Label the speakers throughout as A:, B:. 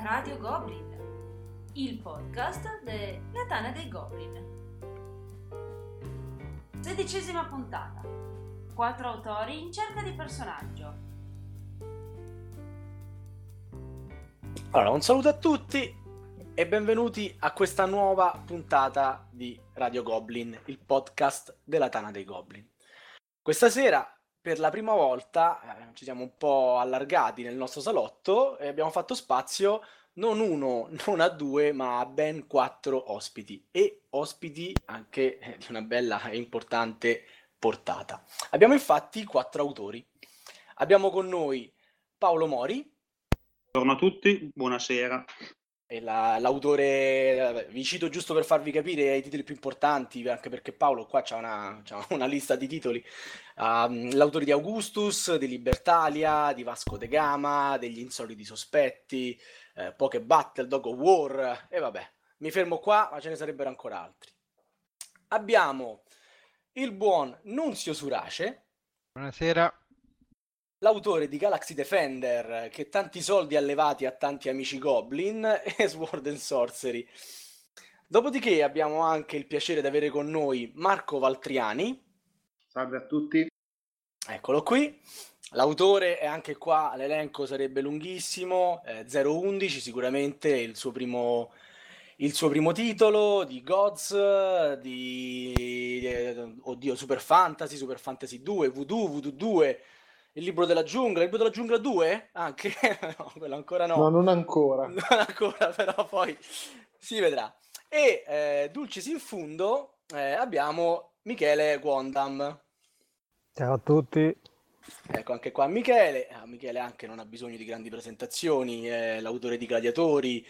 A: Radio Goblin, il podcast della Tana dei Goblin. 16ª puntata. 4 autori in cerca di personaggio.
B: Allora, un saluto a tutti e benvenuti a questa nuova puntata di Radio Goblin, il podcast della Tana dei Goblin. Questa sera, per la prima volta, ci siamo un po' allargati nel nostro salotto e abbiamo fatto spazio non uno, non a due, ma a ben 4 ospiti, e ospiti anche di una bella e importante portata. Abbiamo infatti 4 autori. Abbiamo con noi Paolo Mori.
C: Buongiorno a tutti, buonasera.
B: E l'autore, vi cito giusto per farvi capire i titoli più importanti, anche perché Paolo qua c'ha una lista di titoli. L'autore di Augustus, di Libertalia, di Vasco da Gama, degli Insoliti Sospetti, Poké Battle, Dog of War, e vabbè, mi fermo qua, ma ce ne sarebbero ancora altri. Abbiamo il buon Nunzio Surace.
D: Buonasera.
B: L'autore di Galaxy Defender, che tanti soldi ha levati a tanti amici Goblin, e Sword and Sorcery. Dopodiché abbiamo anche il piacere di avere con noi Marco Valtriani.
E: Salve a tutti.
B: Eccolo qui. L'autore è anche qua, l'elenco sarebbe lunghissimo, 011 sicuramente il suo primo titolo, di Gods, oddio, Super Fantasy 2, Voodoo 2, il libro della giungla 2? Anche? No, quello ancora no.
E: No, non ancora.
B: Non ancora, però poi si vedrà. E dulcis in fundo abbiamo Michele Gwondam.
F: Ciao a tutti.
B: Ecco, anche qua Michele. Michele anche non ha bisogno di grandi presentazioni, è l'autore di Gladiatori,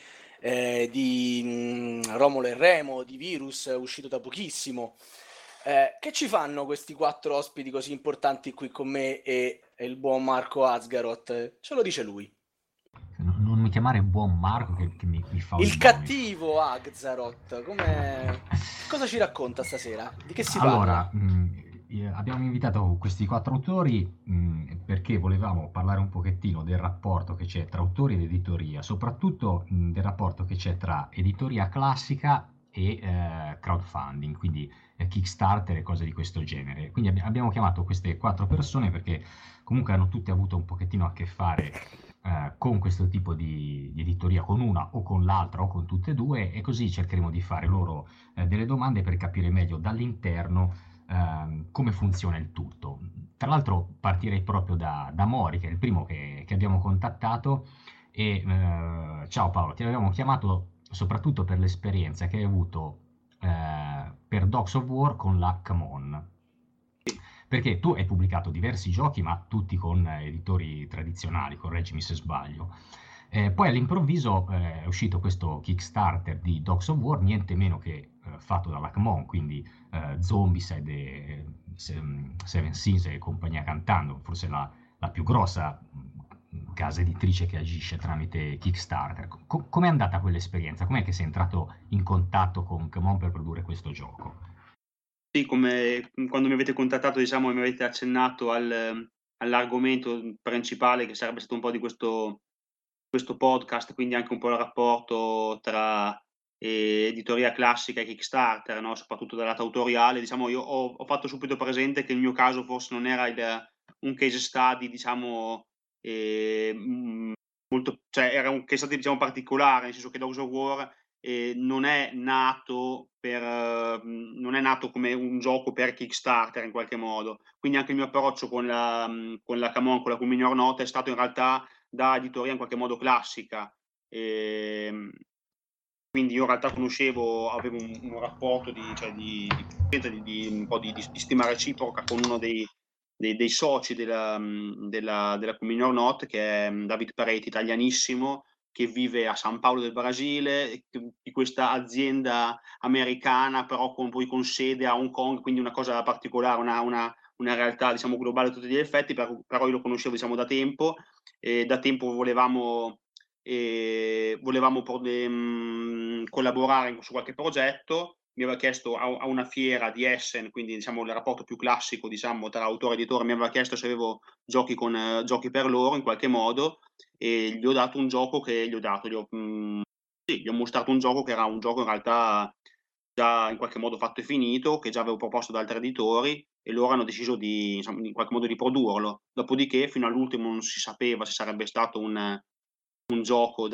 B: di Romolo e Remo, di Virus, uscito da pochissimo. Che ci fanno questi 4 ospiti così importanti qui con me e il buon Marco Asgaroth? Ce lo dice lui.
G: Non mi chiamare buon Marco che mi fa
B: il cattivo Asgaroth. Cosa ci racconta stasera? Di che si parla?
G: Allora, abbiamo invitato questi 4 autori perché volevamo parlare un pochettino del rapporto che c'è tra autori ed editoria, soprattutto del rapporto che c'è tra editoria classica e crowdfunding, quindi Kickstarter e cose di questo genere. Quindi abbiamo chiamato queste 4 persone perché comunque hanno tutte avuto un pochettino a che fare con questo tipo di editoria, con una o con l'altra o con tutte e due, e così cercheremo di fare loro delle domande per capire meglio dall'interno come funziona il tutto. Tra l'altro partirei proprio da Mori, che è il primo che abbiamo contattato. E ciao Paolo, ti avevamo chiamato soprattutto per l'esperienza che hai avuto per Dogs of War con la Camon, perché tu hai pubblicato diversi giochi, ma tutti con editori tradizionali, correggimi se sbaglio. Poi all'improvviso è uscito questo Kickstarter di Dogs of War, niente meno che fatto dalla Camon, quindi Zombicide, Seven Sins e compagnia cantando, forse la più grossa casa editrice che agisce tramite Kickstarter. Com'è andata quell'esperienza? Com'è che sei entrato in contatto con Camon per produrre questo gioco?
C: Sì, come quando mi avete contattato, diciamo, e mi avete accennato all'argomento principale che sarebbe stato un po' di questo podcast, quindi anche un po' il rapporto tra editoria classica e Kickstarter, no? Soprattutto dal lato autoriale, diciamo, io ho fatto subito presente che il mio caso forse non era un case study, diciamo, molto, cioè era un case study, diciamo, particolare, nel senso che Dogs of War non è nato come un gioco per Kickstarter in qualche modo, quindi anche il mio approccio con la Camon, con la Communion Note, è stato in realtà da editoria in qualche modo classica. Quindi io in realtà avevo un rapporto di un po' di stima reciproca con uno dei soci della Communion Note, che è David Peretti, italianissimo, che vive a San Paolo del Brasile, di questa azienda americana, però poi con sede a Hong Kong, quindi una cosa particolare, una realtà, diciamo, globale a tutti gli effetti, però io lo conoscevo, diciamo, da tempo, e da tempo volevamo collaborare su qualche progetto, mi aveva chiesto a una fiera di Essen, quindi diciamo il rapporto più classico, diciamo, tra autore e editore, mi aveva chiesto se avevo giochi per loro in qualche modo, e gli ho dato un gioco che gli ho mostrato un gioco che era un gioco in realtà già in qualche modo fatto e finito, che già avevo proposto ad altri editori, e loro hanno deciso di, insomma, in qualche modo di produrlo. Dopodiché fino all'ultimo non si sapeva se sarebbe stato un gioco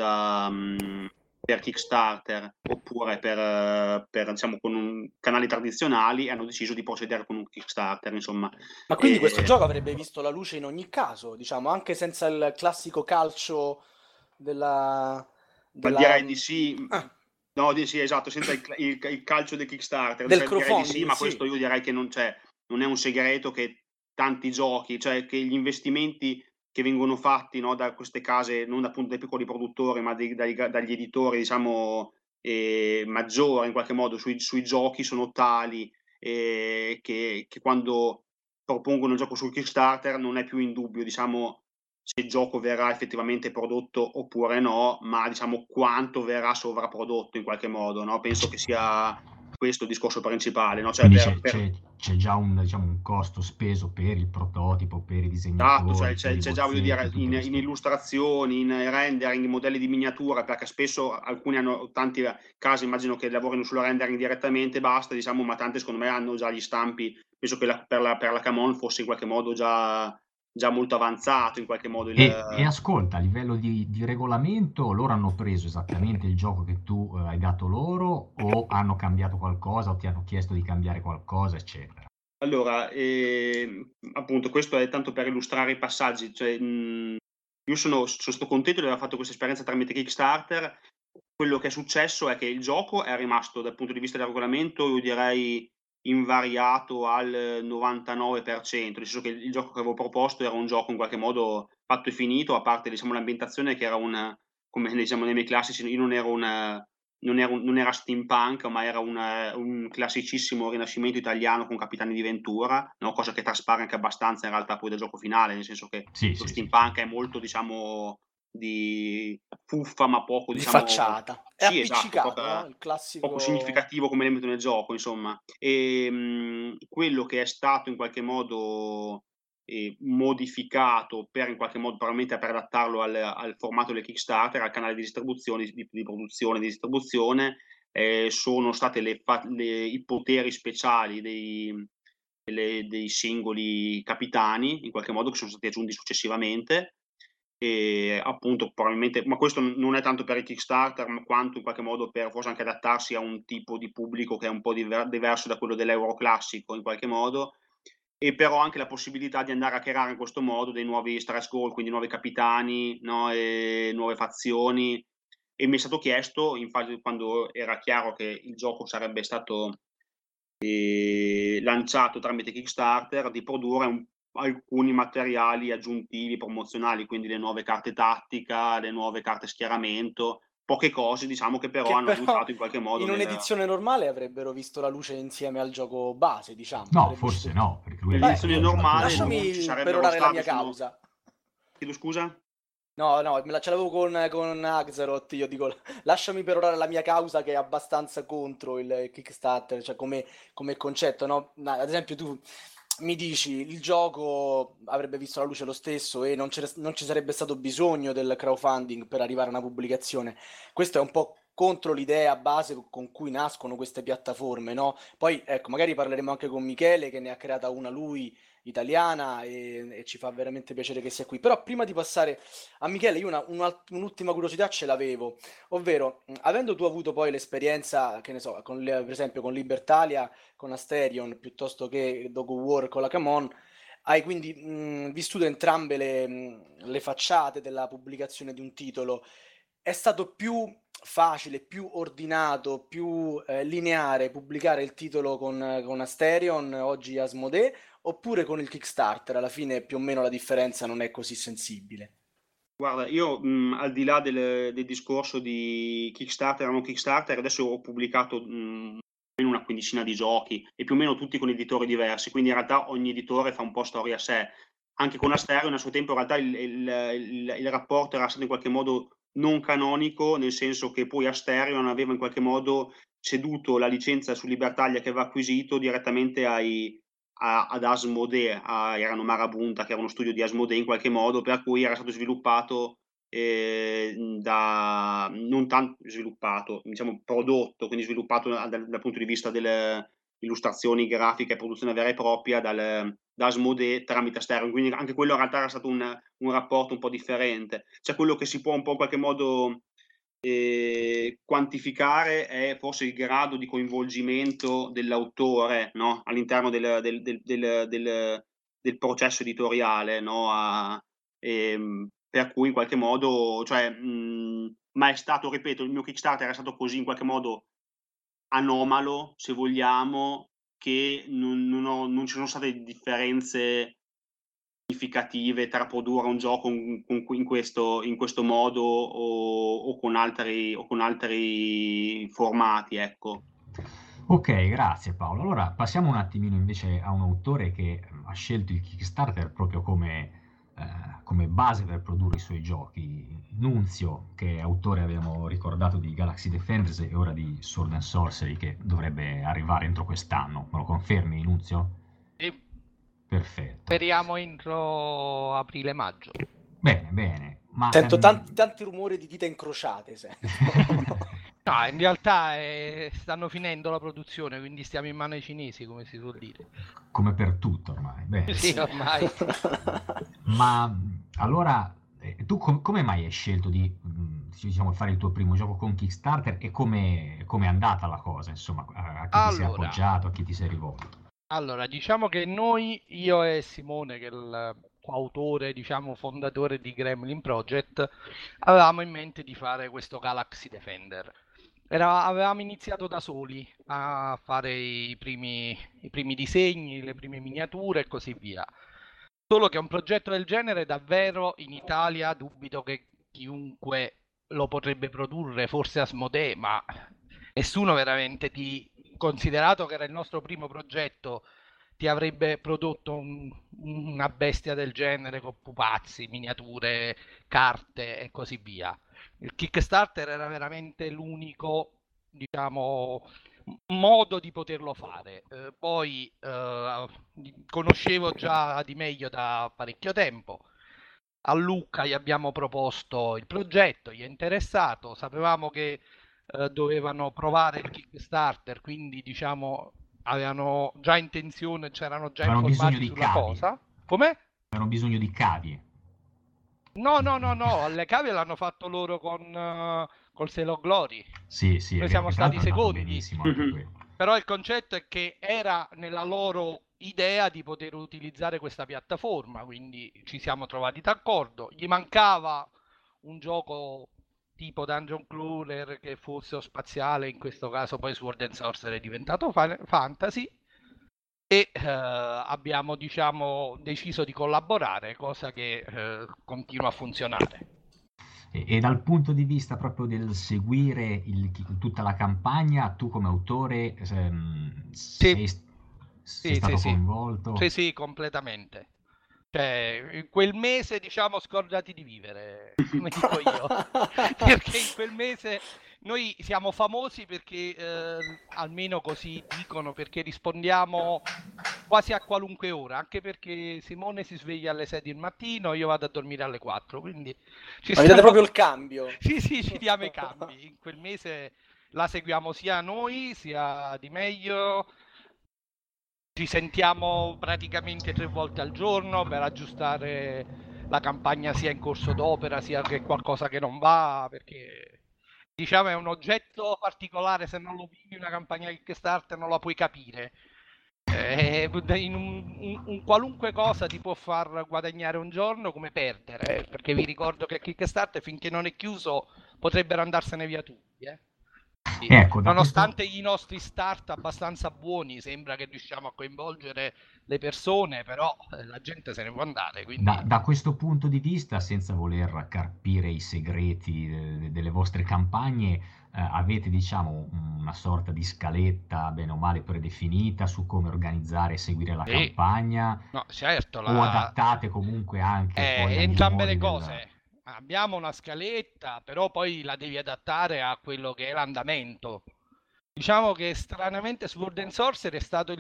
C: per Kickstarter oppure per diciamo con canali tradizionali, e hanno deciso di procedere con un Kickstarter, insomma.
B: Ma quindi questo gioco avrebbe visto la luce in ogni caso, diciamo, anche senza il classico calcio
C: Ma direi di sì. No, sì, esatto, senza il calcio del Kickstarter,
B: del
C: direi di
B: crowdfunding,
C: sì, ma
B: sì.
C: questo io direi che non è un segreto, che tanti giochi, cioè che gli investimenti che vengono fatti, no, da queste case, non appunto dai piccoli produttori, ma dagli editori, diciamo, maggiori in qualche modo sui giochi sono tali, che quando propongono il gioco sul Kickstarter non è più in dubbio, diciamo, se il gioco verrà effettivamente prodotto oppure no, ma diciamo quanto verrà sovrapprodotto in qualche modo, no? Penso che sia questo il discorso principale, no? Cioè
G: Quindi c'è già un costo speso per il prototipo, per i disegnatori,
C: cioè
G: per i
C: c'è già, voglio dire,
G: bozzetti, tutte
C: in
G: queste...
C: illustrazioni, in rendering, in modelli di miniatura, perché spesso alcuni hanno, tanti casi immagino che lavorino sul rendering direttamente e basta, diciamo, ma tante secondo me hanno già gli stampi. Penso che per la Camon fosse in qualche modo già molto avanzato in qualche modo
G: E ascolta, a livello di regolamento, loro hanno preso esattamente il gioco che tu hai dato loro, o hanno cambiato qualcosa, o ti hanno chiesto di cambiare qualcosa, eccetera?
C: Allora, appunto, questo è tanto per illustrare i passaggi. Cioè, io sono stato contento di aver fatto questa esperienza tramite Kickstarter. Quello che è successo è che il gioco è rimasto, dal punto di vista del regolamento, io direi invariato al 99%, nel senso che il gioco che avevo proposto era un gioco in qualche modo fatto e finito, a parte, diciamo, l'ambientazione, che era come diciamo nei miei classici, io non era steampunk, ma era un classicissimo rinascimento italiano con capitani di Ventura, no? Cosa che traspare anche abbastanza in realtà poi del gioco finale, nel senso che lo steampunk è molto, diciamo, di fuffa, ma poco,
B: di
C: diciamo,
B: facciata. È
C: sì, esatto,
B: appiccicato, no? Il classico...
C: poco significativo come elemento nel gioco, insomma. E quello che è stato in qualche modo modificato per, in qualche modo, probabilmente per adattarlo al formato del Kickstarter, al canale di distribuzione, di produzione e di distribuzione, sono state i poteri speciali dei singoli capitani, in qualche modo, che sono stati aggiunti successivamente. E appunto probabilmente, ma questo non è tanto per il Kickstarter, ma quanto in qualche modo per forse anche adattarsi a un tipo di pubblico che è un po' diverso da quello dell'euro classico in qualche modo, e però anche la possibilità di andare a creare in questo modo dei nuovi stretch goal, quindi nuovi capitani, no? E nuove fazioni. E mi è stato chiesto, infatti, quando era chiaro che il gioco sarebbe stato lanciato tramite Kickstarter, di produrre alcuni materiali aggiuntivi promozionali, quindi le nuove carte tattica, le nuove carte schieramento, poche cose, diciamo, che però hanno aiutato in qualche modo
B: in un'edizione normale avrebbero visto la luce insieme al gioco base, diciamo.
G: No, forse no, perché lui
C: nell'edizione normale
B: lasciami
C: non ci sarebbero
B: perorare la
C: stati,
B: mia causa.
C: Chiedo scusa?
B: No, ce l'avevo con Axaroth, io dico, lasciami perorare la mia causa, che è abbastanza contro il Kickstarter, cioè come concetto, no? Ad esempio tu mi dici, il gioco avrebbe visto la luce lo stesso e non ci sarebbe stato bisogno del crowdfunding per arrivare a una pubblicazione. Questo è un po' contro l'idea base con cui nascono queste piattaforme, no? Poi, ecco, magari parleremo anche con Michele, che ne ha creata una lui, italiana, e ci fa veramente piacere che sia qui. Però prima di passare a Michele, io un'ultima curiosità ce l'avevo, ovvero, avendo tu avuto poi l'esperienza, che ne so, per esempio con Libertalia, con Asterion, piuttosto che Dogo War con la Camon, hai quindi vissuto entrambe le facciate della pubblicazione di un titolo. È stato più facile, più ordinato, più lineare pubblicare il titolo con Asterion, oggi Asmodee, oppure con il Kickstarter? Alla fine più o meno la differenza non è così sensibile.
C: Guarda, io al di là del discorso di Kickstarter o non Kickstarter, adesso ho pubblicato una quindicina di giochi, e più o meno tutti con editori diversi, quindi in realtà ogni editore fa un po' storia a sé. Anche con Asterion a suo tempo in realtà il rapporto era stato in qualche modo non canonico, nel senso che poi Asterion aveva in qualche modo ceduto la licenza su Libertalia che aveva acquisito direttamente ad Asmodee, erano Marabunta, che era uno studio di Asmodee in qualche modo, per cui era stato sviluppato non tanto sviluppato, diciamo prodotto, quindi sviluppato dal punto di vista delle illustrazioni grafiche e produzione vera e propria da Asmodee tramite Sterling, quindi anche quello in realtà era stato un rapporto un po' differente. Cioè quello che si può un po' in qualche modo quantificare è forse il grado di coinvolgimento dell'autore, no? All'interno del processo editoriale, no? Per cui in qualche modo, cioè, ma è stato, ripeto, il mio Kickstarter è stato così in qualche modo anomalo, se vogliamo, che non ci sono state differenze significative tra produrre un gioco in questo modo o con altri formati, ecco.
G: Ok, grazie Paolo. Allora passiamo un attimino invece a un autore che ha scelto il Kickstarter proprio come base per produrre i suoi giochi. Nunzio, che è autore, abbiamo ricordato, di Galaxy Defenders e ora di Sword and Sorcery, che dovrebbe arrivare entro quest'anno. Me lo confermi, Nunzio?
D: Sì.
G: Perfetto.
D: Speriamo entro aprile-maggio.
G: Bene, bene. Ma,
B: Sento tanti rumori di dita incrociate.
D: No, in realtà stanno finendo la produzione, quindi stiamo in mano ai cinesi, come si suol dire.
G: Come per tutto ormai. Bene.
D: Sì, ormai.
G: Ma allora, tu come mai hai scelto di diciamo, fare il tuo primo gioco con Kickstarter e come è andata la cosa? Insomma, a chi ti sei appoggiato, a chi ti sei rivolto?
D: Allora, diciamo che io e Simone, che è il coautore, diciamo, fondatore di Gremlin Project, avevamo in mente di fare questo Galaxy Defender. Avevamo iniziato da soli a fare i primi disegni, le prime miniature e così via. Solo che un progetto del genere davvero in Italia dubito che chiunque lo potrebbe produrre, forse Asmodee, ma nessuno veramente considerato che era il nostro primo progetto, ti avrebbe prodotto una bestia del genere con pupazzi, miniature, carte e così via. Il Kickstarter era veramente l'unico, diciamo, modo di poterlo fare. Poi conoscevo già di meglio da parecchio tempo. A Luca gli abbiamo proposto il progetto, gli è interessato, sapevamo che dovevano provare il Kickstarter, quindi diciamo avevano già intenzione, c'erano già informati sulla cosa. Come?
G: Avevano bisogno di cavi.
D: No, le cavie l'hanno fatto loro col Selo Glory.
G: Sì,
D: noi siamo stati secondi.
G: Benissimo anche
D: però il concetto è che era nella loro idea di poter utilizzare questa piattaforma, quindi ci siamo trovati d'accordo. Gli mancava un gioco tipo Dungeon Crawler che fosse spaziale, in questo caso poi Sword and Sorcery è diventato fantasy, e abbiamo diciamo deciso di collaborare, cosa che continua a funzionare.
G: E dal punto di vista proprio del seguire tutta la campagna, tu come autore sei stato coinvolto?
D: Sì, completamente. Cioè, in quel mese, diciamo, scordati di vivere, come dico io. Perché in quel mese noi siamo famosi perché, almeno così dicono, perché rispondiamo quasi a qualunque ora, anche perché Simone si sveglia alle 6 del mattino, io vado a dormire alle 4, quindi...
B: Vedete proprio il cambio.
D: Sì, ci diamo i cambi. In quel mese la seguiamo sia noi, sia di meglio. Ci sentiamo praticamente 3 volte al giorno per aggiustare la campagna sia in corso d'opera sia che qualcosa che non va, perché diciamo è un oggetto particolare, se non lo vivi una campagna Kickstarter non la puoi capire. In un qualunque cosa ti può far guadagnare un giorno come perdere, perché vi ricordo che Kickstarter finché non è chiuso potrebbero andarsene via tutti,
G: Ecco,
D: nonostante i nostri start abbastanza buoni, sembra che riusciamo a coinvolgere le persone, però la gente se ne può andare. Quindi...
G: Da questo punto di vista, senza voler carpire i segreti delle vostre campagne, avete diciamo una sorta di scaletta bene o male predefinita su come organizzare e seguire la campagna?
D: No, certo.
G: O adattate comunque anche poi
D: entrambe le cose. Abbiamo una scaletta, però poi la devi adattare a quello che è l'andamento. Diciamo che stranamente Sword and Sorcery è stato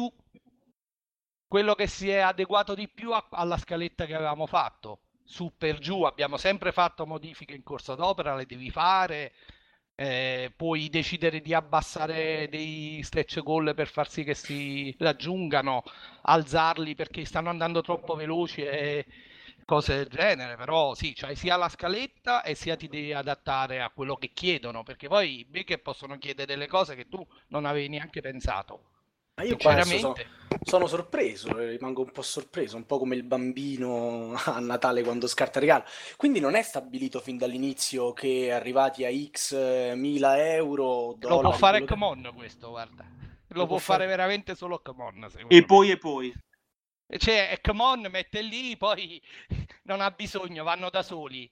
D: quello che si è adeguato di più alla scaletta che avevamo fatto. Su per giù abbiamo sempre fatto modifiche in corso d'opera, le devi fare, puoi decidere di abbassare dei stretch goal per far sì che si raggiungano, alzarli perché stanno andando troppo veloci e cose del genere, però sì, cioè sia la scaletta e sia ti devi adattare a quello che chiedono, perché poi i backer possono chiedere delle cose che tu non avevi neanche pensato.
B: Ma io qua adesso
D: Sinceramente,
B: sono sorpreso, rimango un po' sorpreso, un po' come il bambino a Natale quando scarta il regalo. Quindi non è stabilito fin dall'inizio che arrivati a X mila euro,
D: lo può
B: dollari,
D: fare
B: quello che...
D: Common questo, guarda.
B: Lo
D: Lo
B: può
D: può fare
B: fare...
D: veramente solo Common, secondo
C: E
D: me.
C: poi, e poi.
D: Cioè, Common mette lì, poi non ha bisogno, vanno da soli.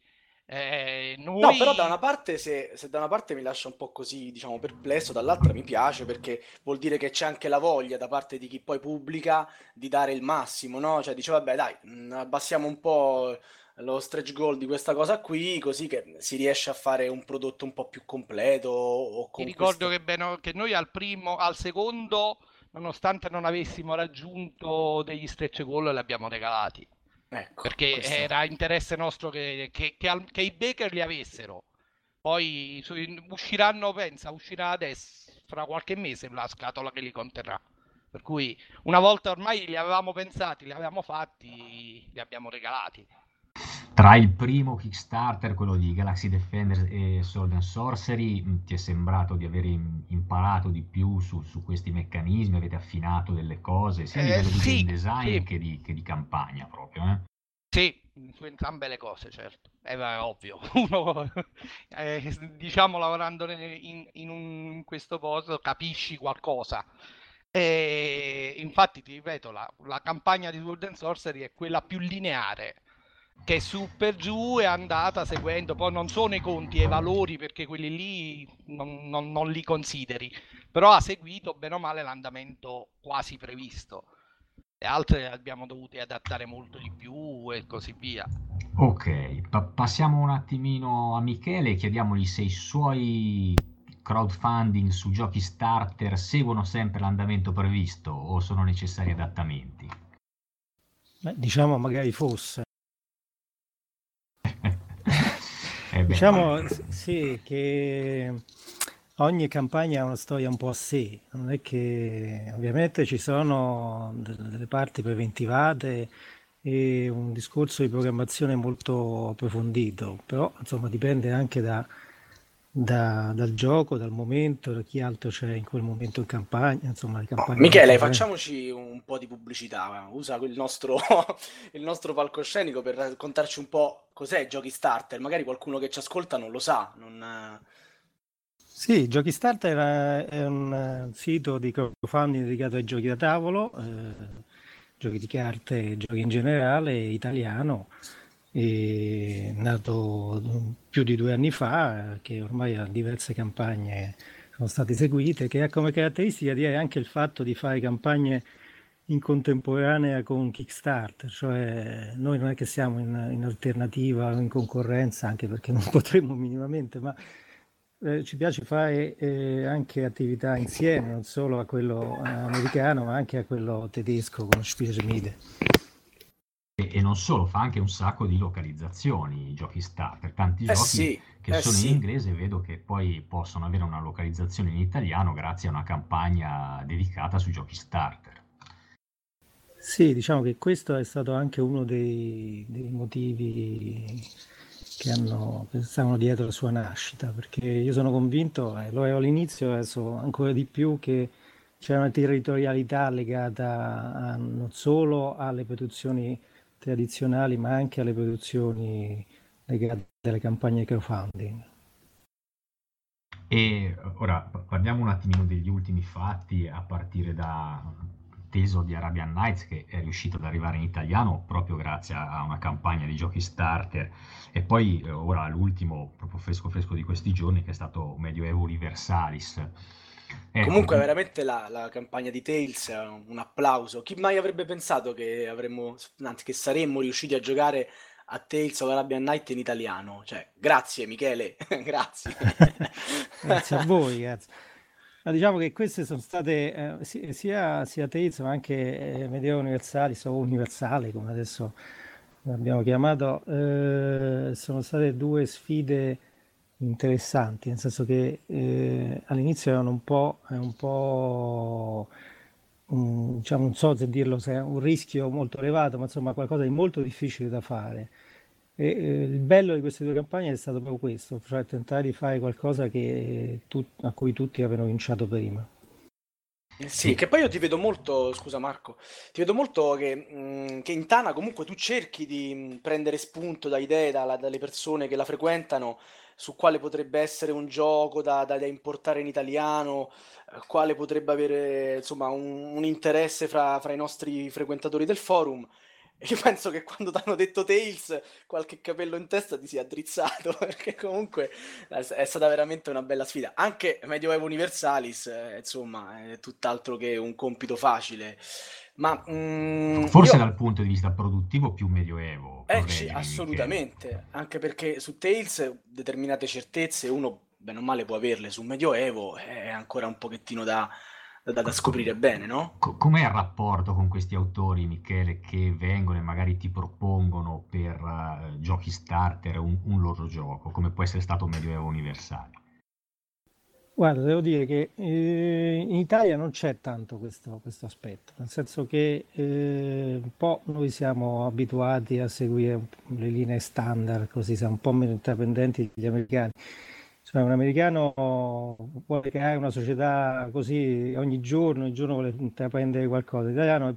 B: No, però da
D: Noi
B: una parte, se da una parte mi lascia un po' così, diciamo, perplesso, dall'altra mi piace perché vuol dire che c'è anche la voglia da parte di chi poi pubblica di dare il massimo, no? Cioè dice, vabbè, dai, abbassiamo un po' lo stretch goal di questa cosa qui, così che si riesce a fare un prodotto un po' più completo o
D: ti
B: con
D: ricordo
B: questo...
D: che noi al secondo, nonostante non avessimo raggiunto degli stretch goal, li abbiamo regalati.
B: Ecco,
D: Perché
B: questo...
D: era interesse nostro che i baker li avessero. Poi uscirà adesso, fra qualche mese, la scatola che li conterrà. Per cui una volta ormai li avevamo pensati, li avevamo fatti, li abbiamo regalati.
G: Tra il primo Kickstarter, quello di Galaxy Defender e Sword and Sorcery, ti è sembrato di aver imparato di più su questi meccanismi, avete affinato delle cose, sia a livello di game
D: Sì,
G: design
D: sì,
G: che di campagna proprio,
D: sì, su entrambe le cose, certo. È ovvio. Uno, diciamo, lavorando in questo posto, capisci qualcosa. E infatti, ti ripeto, la campagna di Sword and Sorcery è quella più lineare, che su per giù è andata seguendo. Poi non sono i conti e i valori, perché quelli lì non li consideri, però ha seguito bene o male l'andamento quasi previsto. Le altre le abbiamo dovute adattare molto di più e così via.
G: Ok, passiamo un attimino a Michele e chiediamogli se i suoi crowdfunding su giochi starter seguono sempre l'andamento previsto o sono necessari adattamenti.
F: Beh, diciamo magari fosse.
G: Beh,
F: Diciamo sì, che ogni campagna ha una storia un po' a sé, non è che ovviamente ci sono delle parti preventivate e un discorso di programmazione molto approfondito, però insomma dipende anche dal gioco, dal momento, da chi altro c'è in quel momento in campagna, insomma le campagne
B: Michele,
F: molto brevi.
B: facciamoci un po' di pubblicità, usa il nostro, il nostro palcoscenico per raccontarci un po' cos'è Giochi Starter, magari qualcuno che ci ascolta non lo sa, non...
F: Sì, Giochi Starter è un sito di crowdfunding dedicato ai giochi da tavolo, giochi di carte, giochi in generale, italiano, è nato più di 2 anni fa, che ormai ha diverse campagne sono state eseguite, che ha come caratteristica direi anche il fatto di fare campagne in contemporanea con Kickstarter, cioè noi non è che siamo in alternativa o in concorrenza, anche perché non potremmo minimamente, ma ci piace fare anche attività insieme, non solo a quello americano, ma anche a quello tedesco con Spielschmiede.
G: e non solo, fa anche un sacco di localizzazioni, giochi starter, tanti giochi
B: sì,
G: che sono in
B: sì.
G: inglese, vedo che poi possono avere una localizzazione in italiano grazie a una campagna dedicata sui giochi starter.
F: Sì, diciamo che questo è stato anche uno dei motivi che stavano dietro la sua nascita, perché io sono convinto, lo ero all'inizio, adesso ancora di più, che c'è una territorialità legata non solo alle produzioni tradizionali, ma anche alle produzioni legate alle campagne crowdfunding.
G: E ora parliamo un attimino degli ultimi fatti, a partire da Tales di Arabian Nights, che è riuscito ad arrivare in italiano proprio grazie a una campagna di giochi starter, e poi ora l'ultimo, proprio fresco fresco di questi giorni, che è stato Medioevo Universalis. Ecco,
B: Comunque veramente la campagna di Tales è un applauso. Chi mai avrebbe pensato che anzi che saremmo riusciti a giocare a Tales of Arabian Night in italiano? Cioè, grazie Michele, grazie.
F: Grazie a voi, grazie. Ma diciamo che queste sono state sia Tales ma anche Medioevo Universalis o Universale, come adesso l'abbiamo chiamato, sono state due sfide interessanti, nel senso che all'inizio erano un po' diciamo, non so se dirlo, se è un rischio molto elevato, ma insomma qualcosa di molto difficile da fare. E il bello di queste due campagne è stato proprio questo, cioè tentare di fare qualcosa a cui tutti avevano cominciato prima.
B: Sì, che poi io ti vedo molto, scusa Marco, ti vedo molto che in Tana comunque tu cerchi di prendere spunto da idee dalle persone che la frequentano su quale potrebbe essere un gioco da importare in italiano, quale potrebbe avere insomma un interesse fra i nostri frequentatori del forum. E io penso che quando ti hanno detto Tales qualche capello in testa ti sia drizzato, perché comunque è stata veramente una bella sfida. Anche Medioevo Universalis, insomma, è tutt'altro che un compito facile. Ma
G: Forse
B: io...
G: dal punto di vista produttivo più medioevo,
B: Sì,
G: correggimi Michele.
B: assolutamente. Anche perché su Tales determinate certezze uno, bene o male, può averle. Su Medioevo è ancora un pochettino da scoprire bene, no?
G: Com'è il rapporto con questi autori, Michele, che vengono e magari ti propongono per giochi starter un loro gioco, come può essere stato Medioevo Universale?
F: Guarda, devo dire che in Italia non c'è tanto questo aspetto, nel senso che un po' noi siamo abituati a seguire le linee standard, così siamo un po' meno intraprendenti degli americani. Cioè, un americano vuole creare una società così ogni giorno vuole intraprendere qualcosa. L'italiano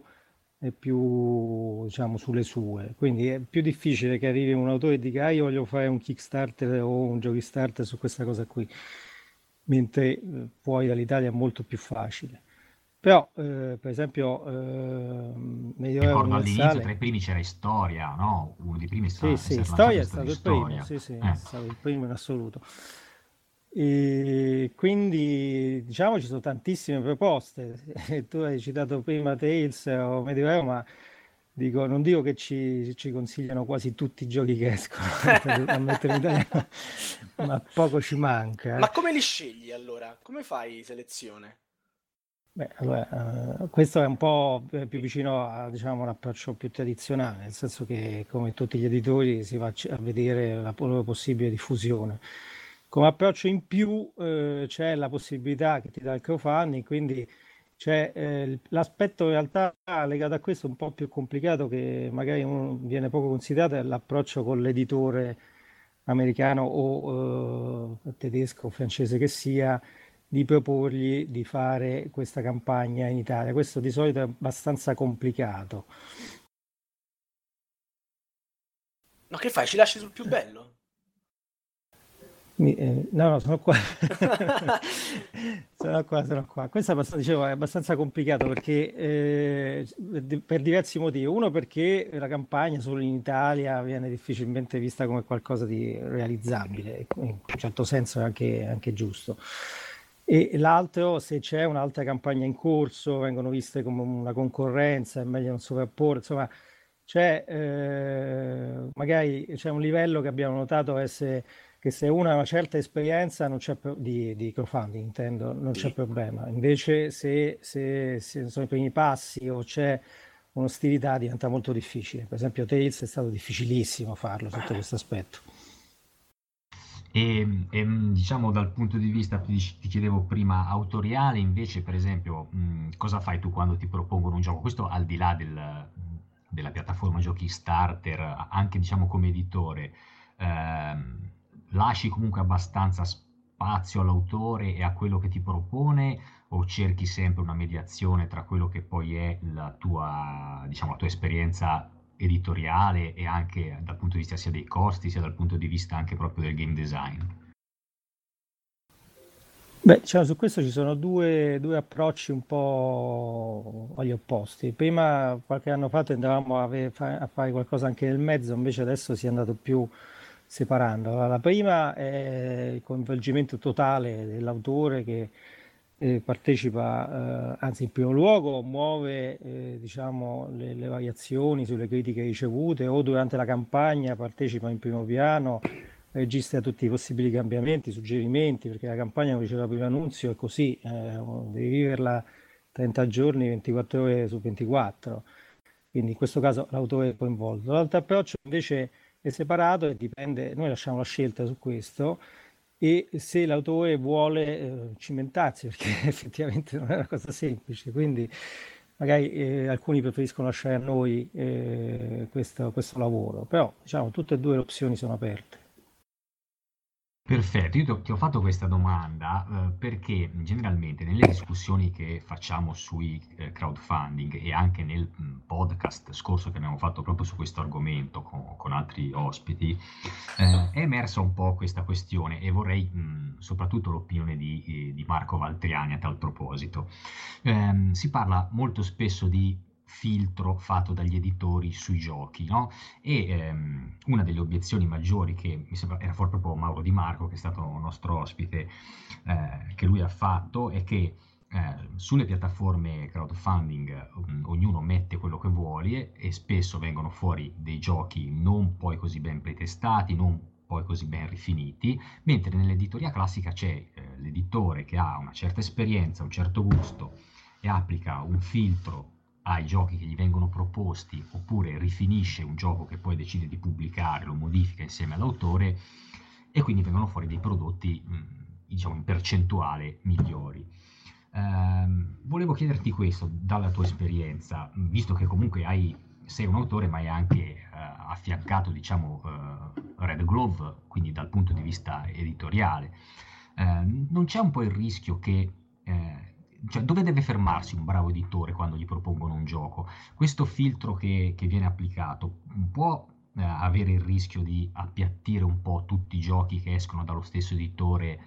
F: è più, diciamo, sulle sue, quindi è più difficile che arrivi un autore e dica: "Ah, io voglio fare un Kickstarter o un giochi starter su questa cosa qui", mentre fuori dall'Italia è molto più facile. Però, per esempio, Medioevo
G: Ricordo all'inizio tra
F: Universale,
G: i primi c'era Storia, no? Uno dei primi
F: sì,
G: è
F: sì,
G: stato lanciato
F: Storia
G: è
F: è
G: stato di
F: stato il primo,
G: Storia.
F: sì, sì, è stato il primo in assoluto. E quindi diciamo ci sono tantissime proposte. Tu hai citato prima Tales o Medioevo, ma non dico che ci consigliano quasi tutti i giochi che escono a mettere in italiano, ma poco ci manca.
B: Ma come li scegli allora? Come fai selezione?
F: Beh, allora, questo è un po' più vicino a, diciamo, un approccio più tradizionale, nel senso che come tutti gli editori si va a vedere la loro possibile diffusione. Come approccio in più c'è la possibilità che ti dà il crowdfunding, quindi c'è l'aspetto in realtà legato a questo un po' più complicato che magari viene poco considerato, è l'approccio con l'editore americano o tedesco o francese che sia, di proporgli di fare questa campagna in Italia. Questo di solito è abbastanza complicato.
B: No, che fai? Ci lasci sul più bello?
F: No, sono qua. Sono qua. Questo dicevo, è abbastanza complicato perché per diversi motivi. Uno, perché la campagna solo in Italia viene difficilmente vista come qualcosa di realizzabile, in un certo senso è anche giusto. E l'altro, se c'è un'altra campagna in corso, vengono viste come una concorrenza, è meglio non sovrapporre. Insomma, magari c'è un livello che abbiamo notato essere che se uno ha una certa esperienza non c'è di crowdfunding, intendo, non c'è
B: Sì.
F: problema. Invece se sono i primi passi o c'è un'ostilità diventa molto difficile. Per esempio Tales è stato difficilissimo farlo sotto questo aspetto.
G: Diciamo dal punto di vista, ti chiedevo prima, autoriale, invece, per esempio, cosa fai tu quando ti propongono un gioco? Questo al di là della piattaforma giochi starter, anche diciamo come editore, lasci comunque abbastanza spazio all'autore e a quello che ti propone, o cerchi sempre una mediazione tra quello che poi è diciamo, la tua esperienza editoriale e anche dal punto di vista sia dei costi sia dal punto di vista anche proprio del game design?
F: Beh, diciamo, su questo ci sono due approcci un po' agli opposti. Prima, qualche anno fa, tendevamo a fare qualcosa anche nel mezzo, invece adesso si è andato più separando. Allora, la prima è il coinvolgimento totale dell'autore che partecipa, anzi in primo luogo muove diciamo, le variazioni sulle critiche ricevute o durante la campagna partecipa in primo piano registra tutti i possibili cambiamenti, suggerimenti, perché la campagna, come diceva prima Nunzio, è così, devi viverla 30 giorni, 24 ore su 24, quindi in questo caso l'autore è coinvolto. L'altro approccio invece è separato e dipende, noi lasciamo la scelta su questo, e se l'autore vuole cimentarsi, perché effettivamente non è una cosa semplice, quindi magari alcuni preferiscono lasciare a noi questo lavoro, però diciamo tutte e due le opzioni sono aperte.
G: Perfetto, io ti ho fatto questa domanda perché generalmente nelle discussioni che facciamo sui crowdfunding e anche nel podcast scorso che abbiamo fatto proprio su questo argomento con altri ospiti, è emersa un po' questa questione e vorrei soprattutto l'opinione di Marco Valtriani a tal proposito. Si parla molto spesso di filtro fatto dagli editori sui giochi, no? E una delle obiezioni maggiori che mi sembra era proprio Mauro Di Marco, che è stato nostro ospite, che lui ha fatto, è che sulle piattaforme crowdfunding ognuno mette quello che vuole e spesso vengono fuori dei giochi non poi così ben pretestati, non poi così ben rifiniti, mentre nell'editoria classica c'è l'editore che ha una certa esperienza, un certo gusto e applica un filtro ai giochi che gli vengono proposti, oppure rifinisce un gioco che poi decide di pubblicare, lo modifica insieme all'autore e quindi vengono fuori dei prodotti, diciamo, in percentuale migliori. Volevo chiederti questo dalla tua esperienza, visto che comunque sei un autore ma hai anche affiancato, diciamo, Red Glove, quindi dal punto di vista editoriale. Non c'è un po' il rischio che cioè, dove deve fermarsi un bravo editore quando gli propongono un gioco? Questo filtro che viene applicato può avere il rischio di appiattire un po' tutti i giochi che escono dallo stesso editore,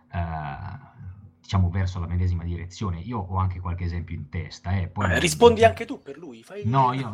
G: diciamo, verso la medesima direzione? Io ho anche qualche esempio in testa, poi
B: Rispondi anche tu per lui.
G: No, io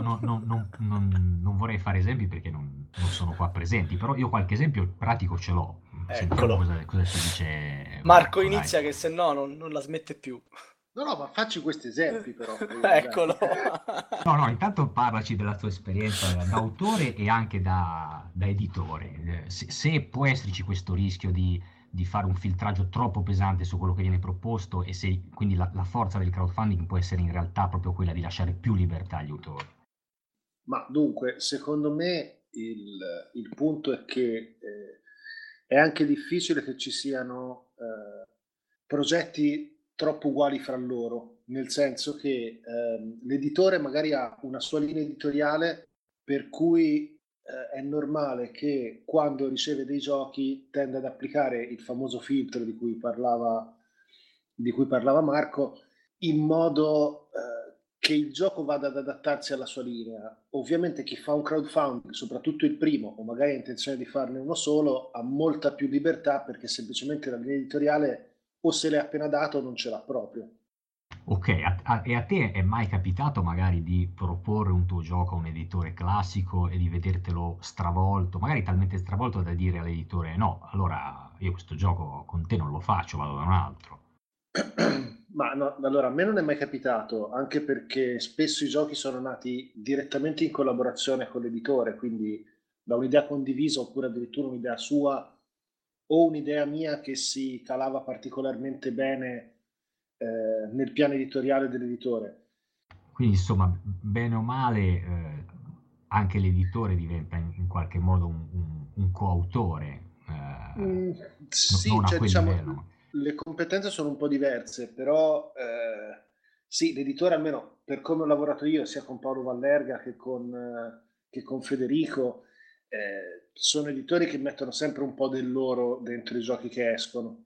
G: non vorrei fare esempi perché non sono qua presenti, però io qualche esempio pratico ce l'ho. Sentiamo
B: Eccolo.
G: cosa ci dice
B: Marco
G: dai.
B: inizia, che se no non la smette più.
E: No, ma facci questi esempi però.
B: Eccolo.
G: No, intanto parlaci della tua esperienza da autore e anche da editore. Se può esserci questo rischio di fare un filtraggio troppo pesante su quello che viene proposto e se quindi la forza del crowdfunding può essere in realtà proprio quella di lasciare più libertà agli autori.
E: Ma dunque, secondo me il punto è che è anche difficile che ci siano progetti troppo uguali fra loro, nel senso che l'editore magari ha una sua linea editoriale per cui è normale che quando riceve dei giochi tenda ad applicare il famoso filtro di cui parlava Marco, in modo che il gioco vada ad adattarsi alla sua linea. Ovviamente chi fa un crowdfunding, soprattutto il primo, o magari ha intenzione di farne uno solo, ha molta più libertà perché semplicemente la linea editoriale o se l'è appena dato o non ce l'ha proprio.
G: Ok, e a te è mai capitato magari di proporre un tuo gioco a un editore classico e di vedertelo stravolto, magari talmente stravolto da dire all'editore no, allora io questo gioco con te non lo faccio, vado da un altro.
E: Ma no, allora a me non è mai capitato, anche perché spesso i giochi sono nati direttamente in collaborazione con l'editore, quindi da un'idea condivisa oppure addirittura un'idea sua o un'idea mia che si calava particolarmente bene nel piano editoriale dell'editore.
G: Quindi insomma, bene o male, anche l'editore diventa in qualche modo un coautore,
E: Sì,
G: non a
E: cioè
G: quel
E: diciamo
G: livello.
E: le competenze sono un po' diverse, però sì, l'editore almeno per come ho lavorato io sia con Paolo Vallerga che con Federico, sono editori che mettono sempre un po' del loro dentro i giochi che escono.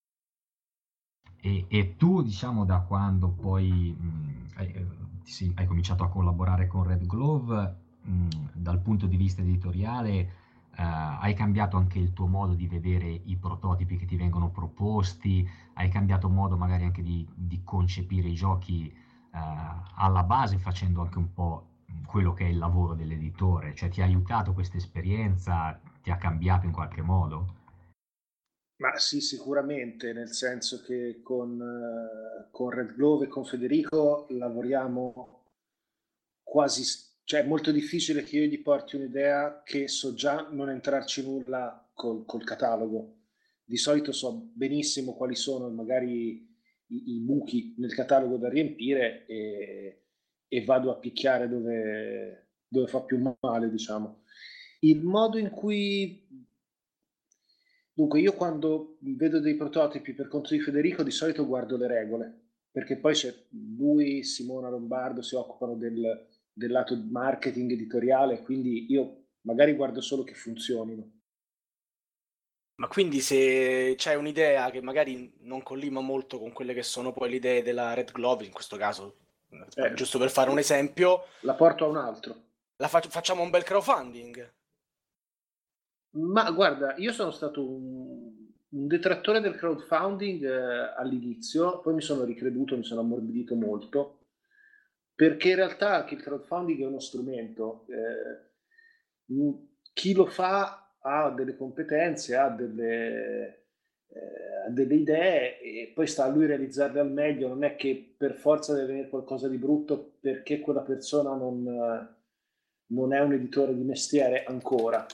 G: E tu, diciamo, da quando poi hai cominciato a collaborare con Red Glove, dal punto di vista editoriale, hai cambiato anche il tuo modo di vedere i prototipi che ti vengono proposti, hai cambiato modo magari anche di concepire i giochi alla base, facendo anche un po' quello che è il lavoro dell'editore, cioè ti ha aiutato questa esperienza, ti ha cambiato in qualche modo?
E: Ma sì, sicuramente, nel senso che con Red Glove e con Federico lavoriamo cioè è molto difficile che io gli porti un'idea che so già non entrarci nulla col catalogo. Di solito so benissimo quali sono magari i buchi nel catalogo da riempire e vado a picchiare dove fa più male, diciamo. Il modo in cui... Dunque, io quando vedo dei prototipi per conto di Federico di solito guardo le regole, perché poi c'è lui, Simona Lombardo si occupano del lato marketing editoriale, quindi io magari guardo solo che funzionino.
B: Ma quindi se c'è un'idea che magari non collima molto con quelle che sono poi le idee della Red Glove, in questo caso, giusto per fare un esempio,
E: la porto a un altro.
B: Facciamo un bel crowdfunding.
E: Ma guarda, io sono stato un detrattore del crowdfunding all'inizio, poi mi sono ricreduto, mi sono ammorbidito molto, perché in realtà anche il crowdfunding è uno strumento. Chi lo fa ha delle competenze, ha delle idee e poi sta a lui realizzarle al meglio. Non è che per forza deve venire qualcosa di brutto perché quella persona non è un editore di mestiere ancora.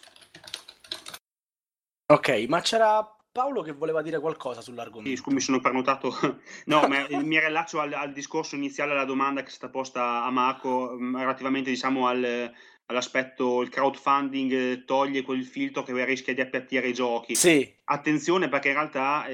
B: Ok, ma c'era Paolo che voleva dire qualcosa sull'argomento.
C: Sì, mi sono prenotato. No, ma mi rilaccio al discorso iniziale, alla domanda che è stata posta a Marco relativamente, diciamo, all'aspetto il crowdfunding toglie quel filtro che rischia di appiattire i giochi.
B: Sì.
C: Attenzione, perché in realtà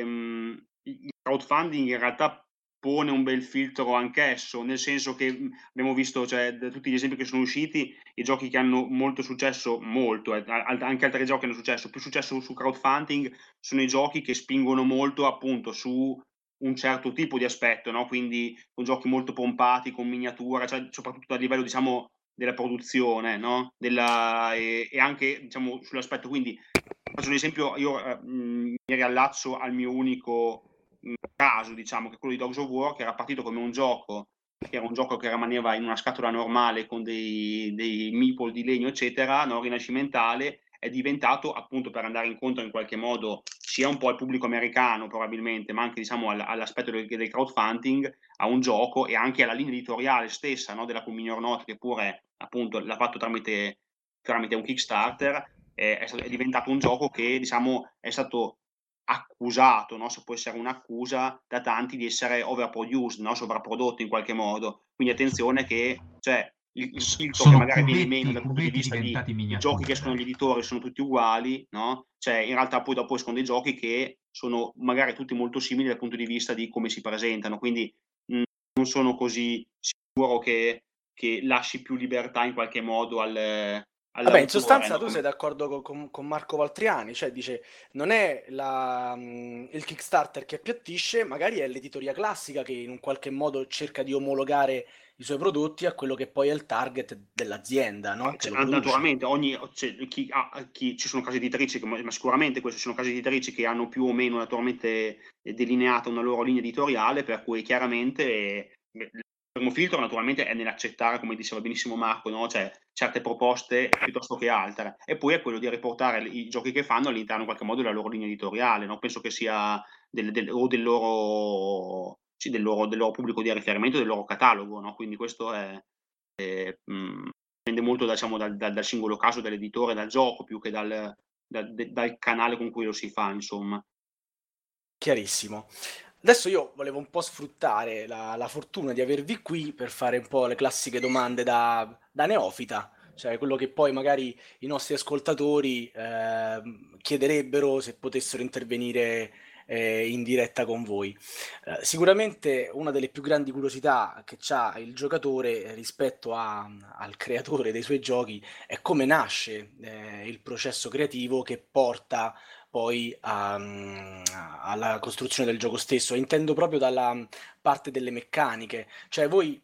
C: il crowdfunding in realtà pone un bel filtro anch'esso, nel senso che abbiamo visto, cioè, da tutti gli esempi che sono usciti, i giochi che hanno molto successo, anche altri giochi hanno successo, più successo su crowdfunding sono i giochi che spingono molto appunto su un certo tipo di aspetto, no? Quindi con giochi molto pompati, con miniatura, cioè, soprattutto a livello, diciamo, della produzione, no? E anche, diciamo, sull'aspetto, quindi faccio un esempio, io mi riallaccio al mio unico caso, diciamo, che è quello di Dogs of War, che era partito come un gioco, che era un gioco che rimaneva in una scatola normale con dei meeple di legno, eccetera, no? Rinascimentale, è diventato, appunto, per andare incontro in qualche modo sia un po' al pubblico americano probabilmente, ma anche, diciamo, all'aspetto del crowdfunding, a un gioco e anche alla linea editoriale stessa, no? Della Communion Note, che pure appunto l'ha fatto tramite un Kickstarter, è diventato un gioco che, diciamo, è stato accusato, no? Se può essere un'accusa, da tanti di essere overproduced, no? Sovrapprodotto in qualche modo. Quindi attenzione che, cioè, il filtro che magari viene meno dal punto di vista di i giochi che escono agli editori sono tutti uguali, no? Cioè, in realtà poi dopo escono dei giochi che sono magari tutti molto simili dal punto di vista di come si presentano, quindi non sono così sicuro che lasci più libertà in qualche modo
B: Vabbè, in sostanza tu sei d'accordo con Marco Valtriani, cioè dice non è il Kickstarter che appiattisce, magari è l'editoria classica che in un qualche modo cerca di omologare i suoi prodotti a quello che poi è il target dell'azienda, no?
C: Naturalmente, ci sono case editrici, ma sicuramente queste sono case editrici che hanno più o meno naturalmente delineata una loro linea editoriale, per cui chiaramente il primo filtro naturalmente è nell'accettare, come diceva benissimo Marco, no? Cioè, certe proposte piuttosto che altre, e poi è quello di riportare i giochi che fanno all'interno in qualche modo della loro linea editoriale, no? Penso che sia del loro pubblico di riferimento, del loro catalogo, no? Quindi questo dipende molto diciamo, dal singolo caso dell'editore, dal gioco, più che dal canale con cui lo si fa, insomma.
B: Chiarissimo. Adesso io volevo un po' sfruttare la fortuna di avervi qui per fare un po' le classiche domande da neofita, cioè quello che poi magari i nostri ascoltatori chiederebbero se potessero intervenire in diretta con voi. Sicuramente una delle più grandi curiosità che ha il giocatore rispetto al creatore dei suoi giochi è come nasce il processo creativo che porta poi alla costruzione del gioco stesso. Intendo proprio dalla parte delle meccaniche. Cioè voi,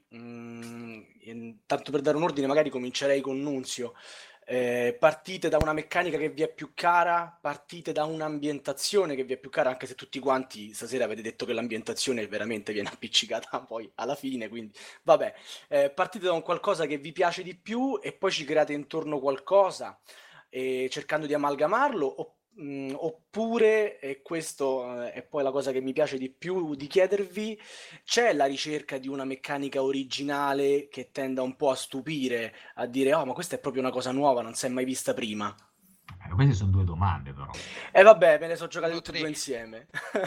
B: tanto per dare un ordine, magari comincerei con Nunzio. Partite da una meccanica che vi è più cara, partite da un'ambientazione che vi è più cara, anche se tutti quanti stasera avete detto che l'ambientazione veramente viene appiccicata poi alla fine, quindi vabbè, partite da un qualcosa che vi piace di più e poi ci create intorno qualcosa cercando di amalgamarlo, oppure, e questo è poi la cosa che mi piace di più di chiedervi, c'è la ricerca di una meccanica originale che tenda un po' a stupire, a dire, oh, ma questa è proprio una cosa nuova, non si è mai vista prima.
G: Queste sono due domande, però.
B: E vabbè, me le so giocate
D: Sono
B: tutte e
D: tre.
B: due insieme.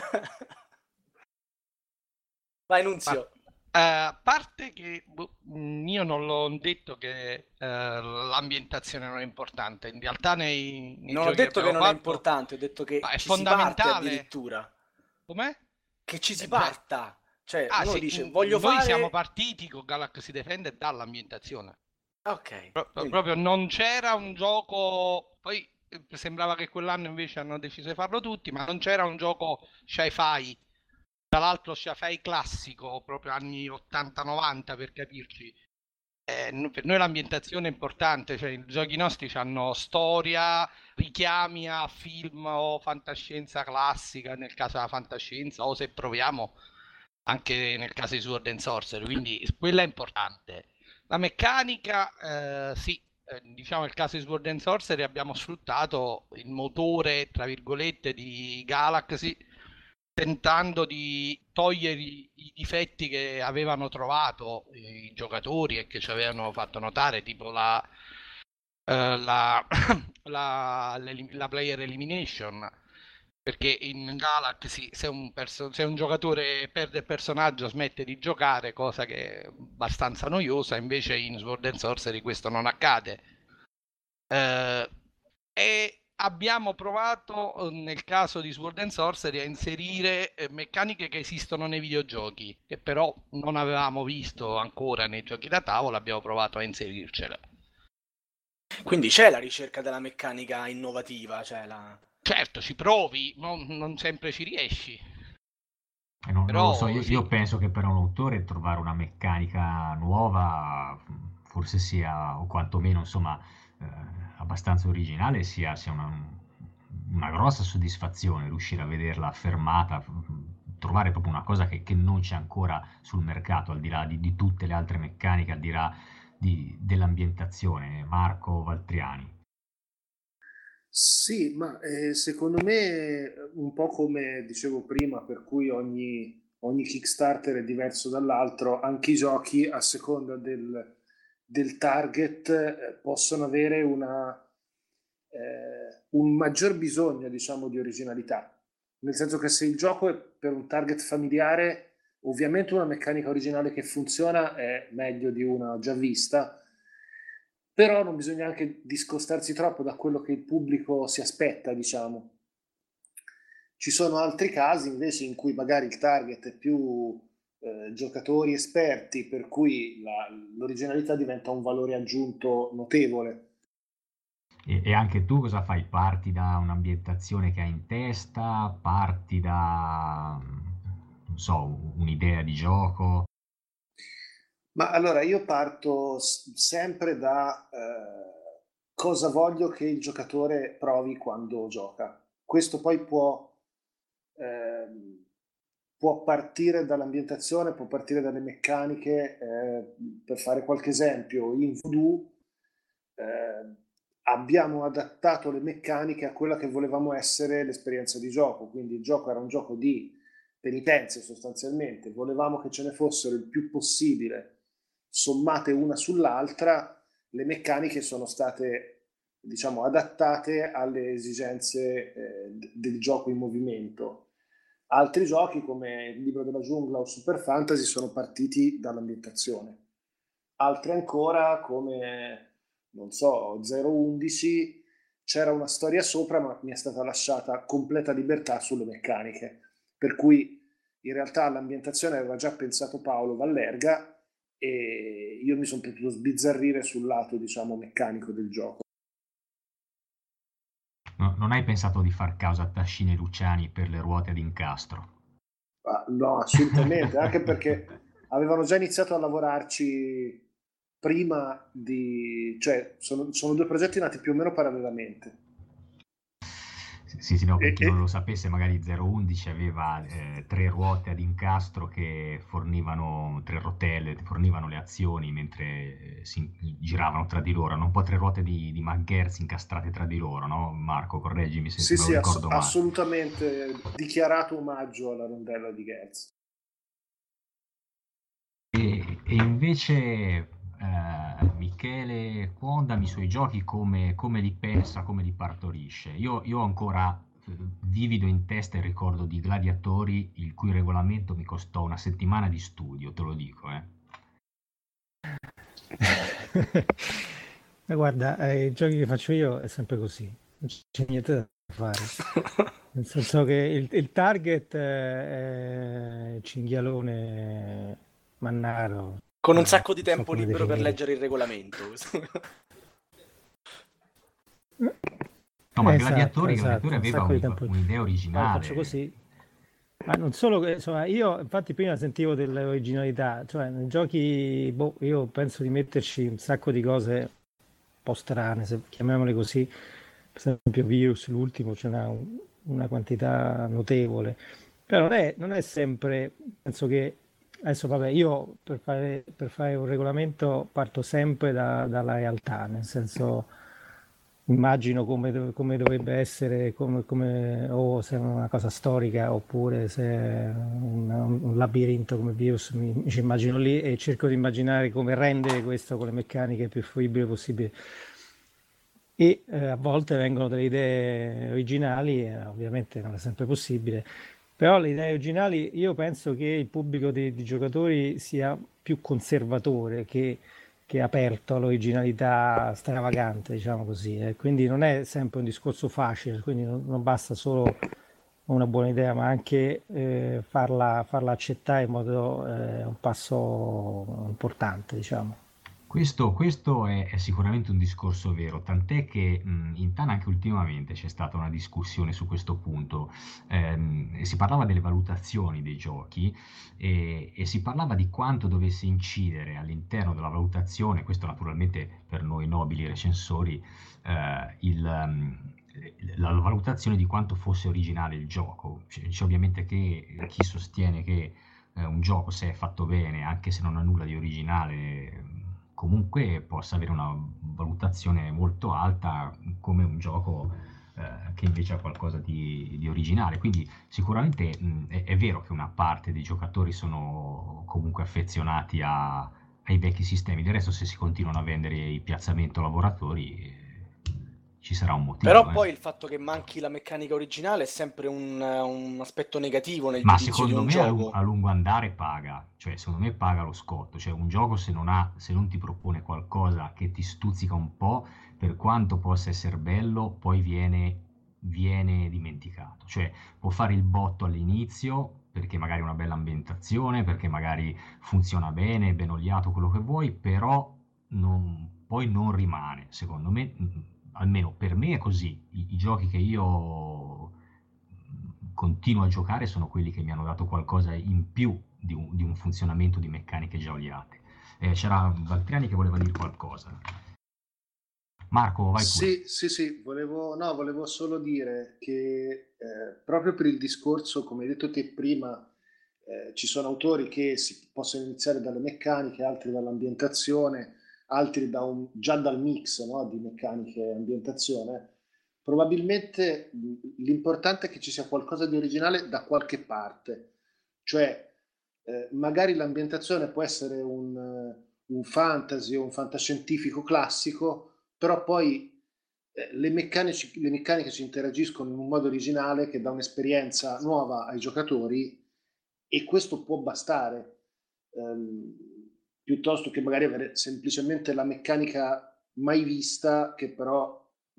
B: Vai, Nunzio.
D: A parte che io non l'ho detto che l'ambientazione non è importante, in realtà nei
B: Non ho
D: giochi che
B: detto che
D: abbiamo
B: non è
D: fatto
B: importante, ho detto che
D: è
B: ci si parte
D: fondamentale.
B: addirittura.
D: Com'è?
B: Che ci si
D: Beh,
B: parta. Cioè, uno
D: sì,
B: dice, voglio
D: noi
B: fare...
D: siamo partiti con Galaxy Defender dall'ambientazione.
B: Ok, quindi-
D: Proprio non c'era un gioco, poi sembrava che quell'anno invece hanno deciso di farlo tutti, ma non c'era un gioco sci-fi, tra l'altro sci-fi classico, proprio anni 80-90 per capirci. Per noi l'ambientazione è importante, cioè i giochi nostri hanno storia, richiami a film o fantascienza classica, nel caso della fantascienza, o se proviamo anche nel caso di Sword and Sorcery, quindi quella è importante. La meccanica, sì, diciamo nel caso di Sword and Sorcery abbiamo sfruttato il motore, tra virgolette, di Galaxy, tentando di togliere i difetti che avevano trovato i giocatori e che ci avevano fatto notare, tipo la player elimination, perché in Galaxy se un giocatore perde il personaggio smette di giocare, cosa che è abbastanza noiosa, invece in Sword and Sorcery questo non accade. E abbiamo provato nel caso di Sword and Sorcery a inserire meccaniche che esistono nei videogiochi, che però non avevamo visto ancora nei giochi da tavola, abbiamo provato a inserircele.
B: Quindi c'è la ricerca della meccanica innovativa, cioè la...
D: Certo, ci provi, non sempre ci riesci.
G: Non lo so,
D: Però sì,
G: io penso che per un autore trovare una meccanica nuova forse sia, o quantomeno, insomma, abbastanza originale, sia una grossa soddisfazione riuscire a vederla affermata, trovare proprio una cosa che non c'è ancora sul mercato, al di là di tutte le altre meccaniche, al di là dell'ambientazione. Marco Valtriani.
E: Sì, ma secondo me un po' come dicevo prima, per cui ogni Kickstarter è diverso dall'altro, anche i giochi a seconda del target possono avere un maggior bisogno, diciamo, di originalità. Nel senso che se il gioco è per un target familiare, ovviamente una meccanica originale che funziona è meglio di una già vista, però non bisogna anche discostarsi troppo da quello che il pubblico si aspetta, diciamo. Ci sono altri casi invece in cui magari il target è più giocatori esperti, per cui l'originalità diventa un valore aggiunto notevole.
G: E anche tu cosa fai? Parti da un'ambientazione che hai in testa? Parti da, non so, un'idea di gioco?
E: Ma allora io parto sempre da cosa voglio che il giocatore provi quando gioca. Questo poi può partire dall'ambientazione, può partire dalle meccaniche. Per fare qualche esempio, in Voodoo abbiamo adattato le meccaniche a quella che volevamo essere l'esperienza di gioco. Quindi il gioco era un gioco di penitenze sostanzialmente, volevamo che ce ne fossero il più possibile sommate una sull'altra. Le meccaniche sono state, diciamo, adattate alle esigenze del gioco in movimento. Altri giochi come il Libro della Giungla o Super Fantasy sono partiti dall'ambientazione. Altri ancora come, non so, 011, c'era una storia sopra ma mi è stata lasciata completa libertà sulle meccaniche, per cui in realtà l'ambientazione aveva già pensato Paolo Vallerga e io mi sono potuto sbizzarrire sul lato, diciamo, meccanico del gioco.
G: Non hai pensato di far causa a Tascini e Luciani per le ruote d'incastro?
E: No, assolutamente, anche perché avevano già iniziato a lavorarci prima cioè sono due progetti nati più o meno parallelamente.
G: Sì, no, per chi non
E: E-
G: lo sapesse, magari 011 aveva 3 ruote ad incastro che fornivano 3 rotelle, fornivano le azioni mentre si giravano tra di loro, un po' 3 ruote di McGertz incastrate tra di loro, no? Marco, correggimi se
E: sì,
G: me lo
E: sì,
G: ricordo male.
E: assolutamente dichiarato omaggio alla rondella di Gertz.
G: E invece Michele Quondam i suoi giochi come li pensa, come li partorisce? Io ho ancora vivido in testa il ricordo di Gladiatori, il cui regolamento mi costò una settimana di studio, te lo dico, eh.
F: Ma guarda, i giochi che faccio io è sempre così, non c'è niente da fare. Nel senso che il target è cinghialone mannaro,
B: Con un
F: non
B: sacco di
F: so
B: tempo
F: come
B: libero per
F: definirlo.
B: leggere il regolamento.
G: No, ma
F: Esatto,
G: Gladiatori
F: un
G: aveva
F: sacco di tempo.
G: un'idea
F: Poi faccio
G: originale.
F: così. Ma non solo che, insomma, io infatti prima sentivo dell'originalità, cioè nei giochi, boh, io penso di metterci un sacco di cose un po' strane, se chiamiamole così, per esempio Virus, l'ultimo, ce n'ha una quantità notevole, però non è sempre, penso che, adesso vabbè, io per fare un regolamento parto sempre dalla realtà, nel senso immagino come dovrebbe essere, o se è una cosa storica oppure se è un labirinto come Virus, mi ci immagino lì e cerco di immaginare come rendere questo con le meccaniche più fruibili possibile. E a volte vengono delle idee originali, ovviamente non è sempre possibile, però le idee originali io penso che il pubblico di giocatori sia più conservatore che aperto all'originalità stravagante, diciamo così. Quindi non è sempre un discorso facile, quindi non basta solo una buona idea, ma anche farla accettare in modo un passo importante, diciamo.
G: Questo è sicuramente un discorso vero, tant'è che in Tana anche ultimamente c'è stata una discussione su questo punto. Si parlava delle valutazioni dei giochi e si parlava di quanto dovesse incidere all'interno della valutazione, questo naturalmente per noi nobili recensori, la valutazione di quanto fosse originale il gioco. C'è ovviamente che chi sostiene che un gioco, se è fatto bene, anche se non ha nulla di originale, comunque possa avere una valutazione molto alta come un gioco che invece ha qualcosa di originale. Quindi sicuramente è vero che una parte dei giocatori sono comunque affezionati ai vecchi sistemi. Del resto, se si continuano a vendere i piazzamento lavoratori, ci sarà un motivo,
B: Però
G: eh.
B: poi il fatto che manchi la meccanica originale è sempre un aspetto negativo nel
G: Ma
B: giudizio di
G: secondo
B: un
G: me
B: gioco.
G: a lungo andare paga, cioè secondo me paga lo scotto, cioè un gioco se non ti propone qualcosa che ti stuzzica un po', per quanto possa essere bello, poi viene dimenticato, cioè può fare il botto all'inizio perché magari è una bella ambientazione, perché magari funziona bene, è ben oliato, quello che vuoi, però poi non rimane, secondo me, almeno per me è così, i giochi che io continuo a giocare sono quelli che mi hanno dato qualcosa in più di un funzionamento di meccaniche già oliate. C'era Valtriani che voleva dire qualcosa. Marco, vai pure.
E: Sì, sì, sì, volevo solo dire che proprio per il discorso, come hai detto te prima, ci sono autori che si possono iniziare dalle meccaniche, altri dall'ambientazione, altri già dal mix, no, di meccaniche e ambientazione. Probabilmente l'importante è che ci sia qualcosa di originale da qualche parte, cioè magari l'ambientazione può essere un fantasy o un fantascientifico classico, però poi le meccaniche ci interagiscono in un modo originale che dà un'esperienza nuova ai giocatori e questo può bastare, piuttosto che magari avere semplicemente la meccanica mai vista che però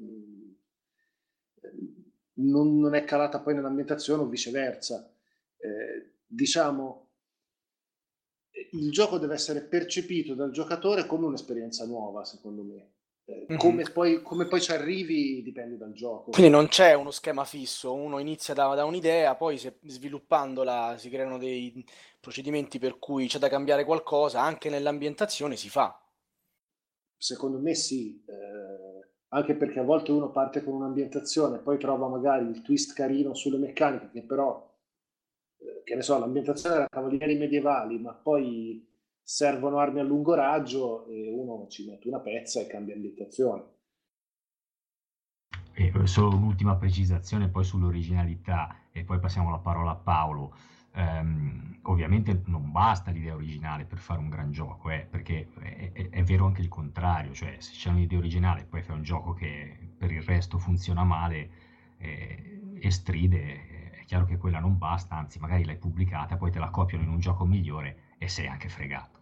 E: non è calata poi nell'ambientazione o viceversa. Diciamo, il gioco deve essere percepito dal giocatore come un'esperienza nuova, secondo me. Come poi ci arrivi dipende dal gioco.
B: Quindi non c'è uno schema fisso, uno inizia da un'idea, poi sviluppandola si creano dei procedimenti per cui c'è da cambiare qualcosa, anche nell'ambientazione si fa.
E: Secondo me sì, anche perché a volte uno parte con un'ambientazione, poi trova magari il twist carino sulle meccaniche, che però, che ne so, l'ambientazione era cavalieri medievali, ma poi servono armi a lungo raggio e uno ci mette una pezza e cambia ambientazione.
G: E solo un'ultima precisazione poi sull'originalità e poi passiamo la parola a Paolo. Ovviamente non basta l'idea originale per fare un gran gioco, perché è vero anche il contrario, cioè se c'è un'idea originale e poi fai un gioco che per il resto funziona male e stride, è chiaro che quella non basta, anzi magari l'hai pubblicata, poi te la copiano in un gioco migliore e sei anche fregato.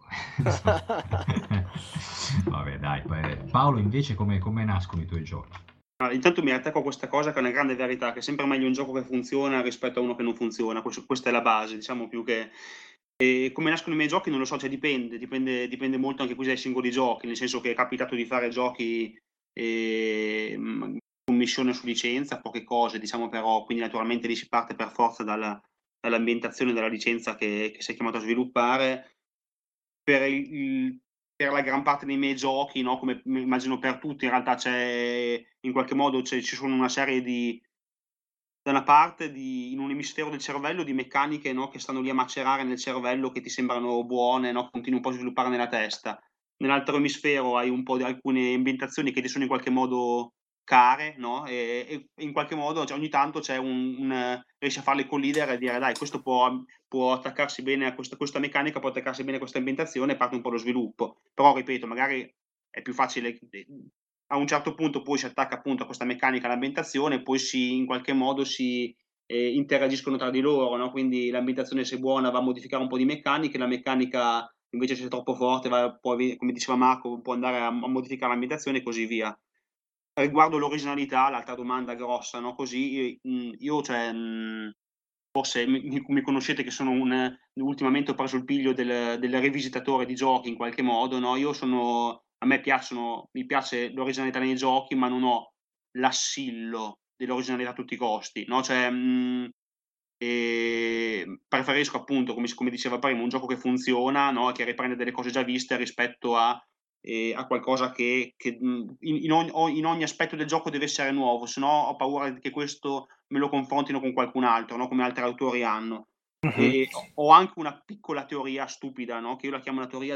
G: Vabbè dai, Paolo invece come nascono i tuoi giochi?
C: Allora, intanto mi attacco a questa cosa che è una grande verità, che è sempre meglio un gioco che funziona rispetto a uno che non funziona. Questa è la base, diciamo, più che... E come nascono i miei giochi non lo so, cioè dipende molto anche qui dai singoli giochi, nel senso che è capitato di fare giochi con missione su licenza, poche cose, diciamo, però, quindi naturalmente lì si parte per forza dall'ambientazione della licenza che sei chiamato a sviluppare. Per la gran parte dei miei giochi, no, come immagino per tutti, in realtà in qualche modo ci sono una serie da una parte in un emisfero del cervello di meccaniche, no, che stanno lì a macerare nel cervello, che ti sembrano buone, no, continui un po' a sviluppare nella testa. Nell'altro emisfero hai un po' di alcune ambientazioni che ti sono in qualche modo care, no, e in qualche modo, cioè, ogni tanto c'è riesci a farle collidere e dire: "Dai, questo può attaccarsi bene a questa meccanica, può attaccarsi bene a questa ambientazione", e parte un po' lo sviluppo. Però ripeto, magari è più facile a un certo punto poi si attacca appunto a questa meccanica all'ambientazione, poi in qualche modo si interagiscono tra di loro, no? Quindi l'ambientazione, se buona, va a modificare un po' di meccaniche, la meccanica invece, se è troppo forte, come diceva Marco, può andare a modificare l'ambientazione e così via. Riguardo l'originalità, l'altra domanda grossa, no? Così io cioè, forse mi conoscete che sono ultimamente ho preso il piglio del rivisitatore di giochi in qualche modo, no? A me mi piace l'originalità nei giochi, ma non ho l'assillo dell'originalità a tutti i costi, no? Cioè, preferisco appunto, come diceva prima, un gioco che funziona, no? Che riprende delle cose già viste rispetto a qualcosa che in ogni aspetto del gioco deve essere nuovo, se no ho paura che questo me lo confrontino con qualcun altro, no? Come altri autori hanno. E ho anche una piccola teoria stupida, no? Che io la chiamo la teoria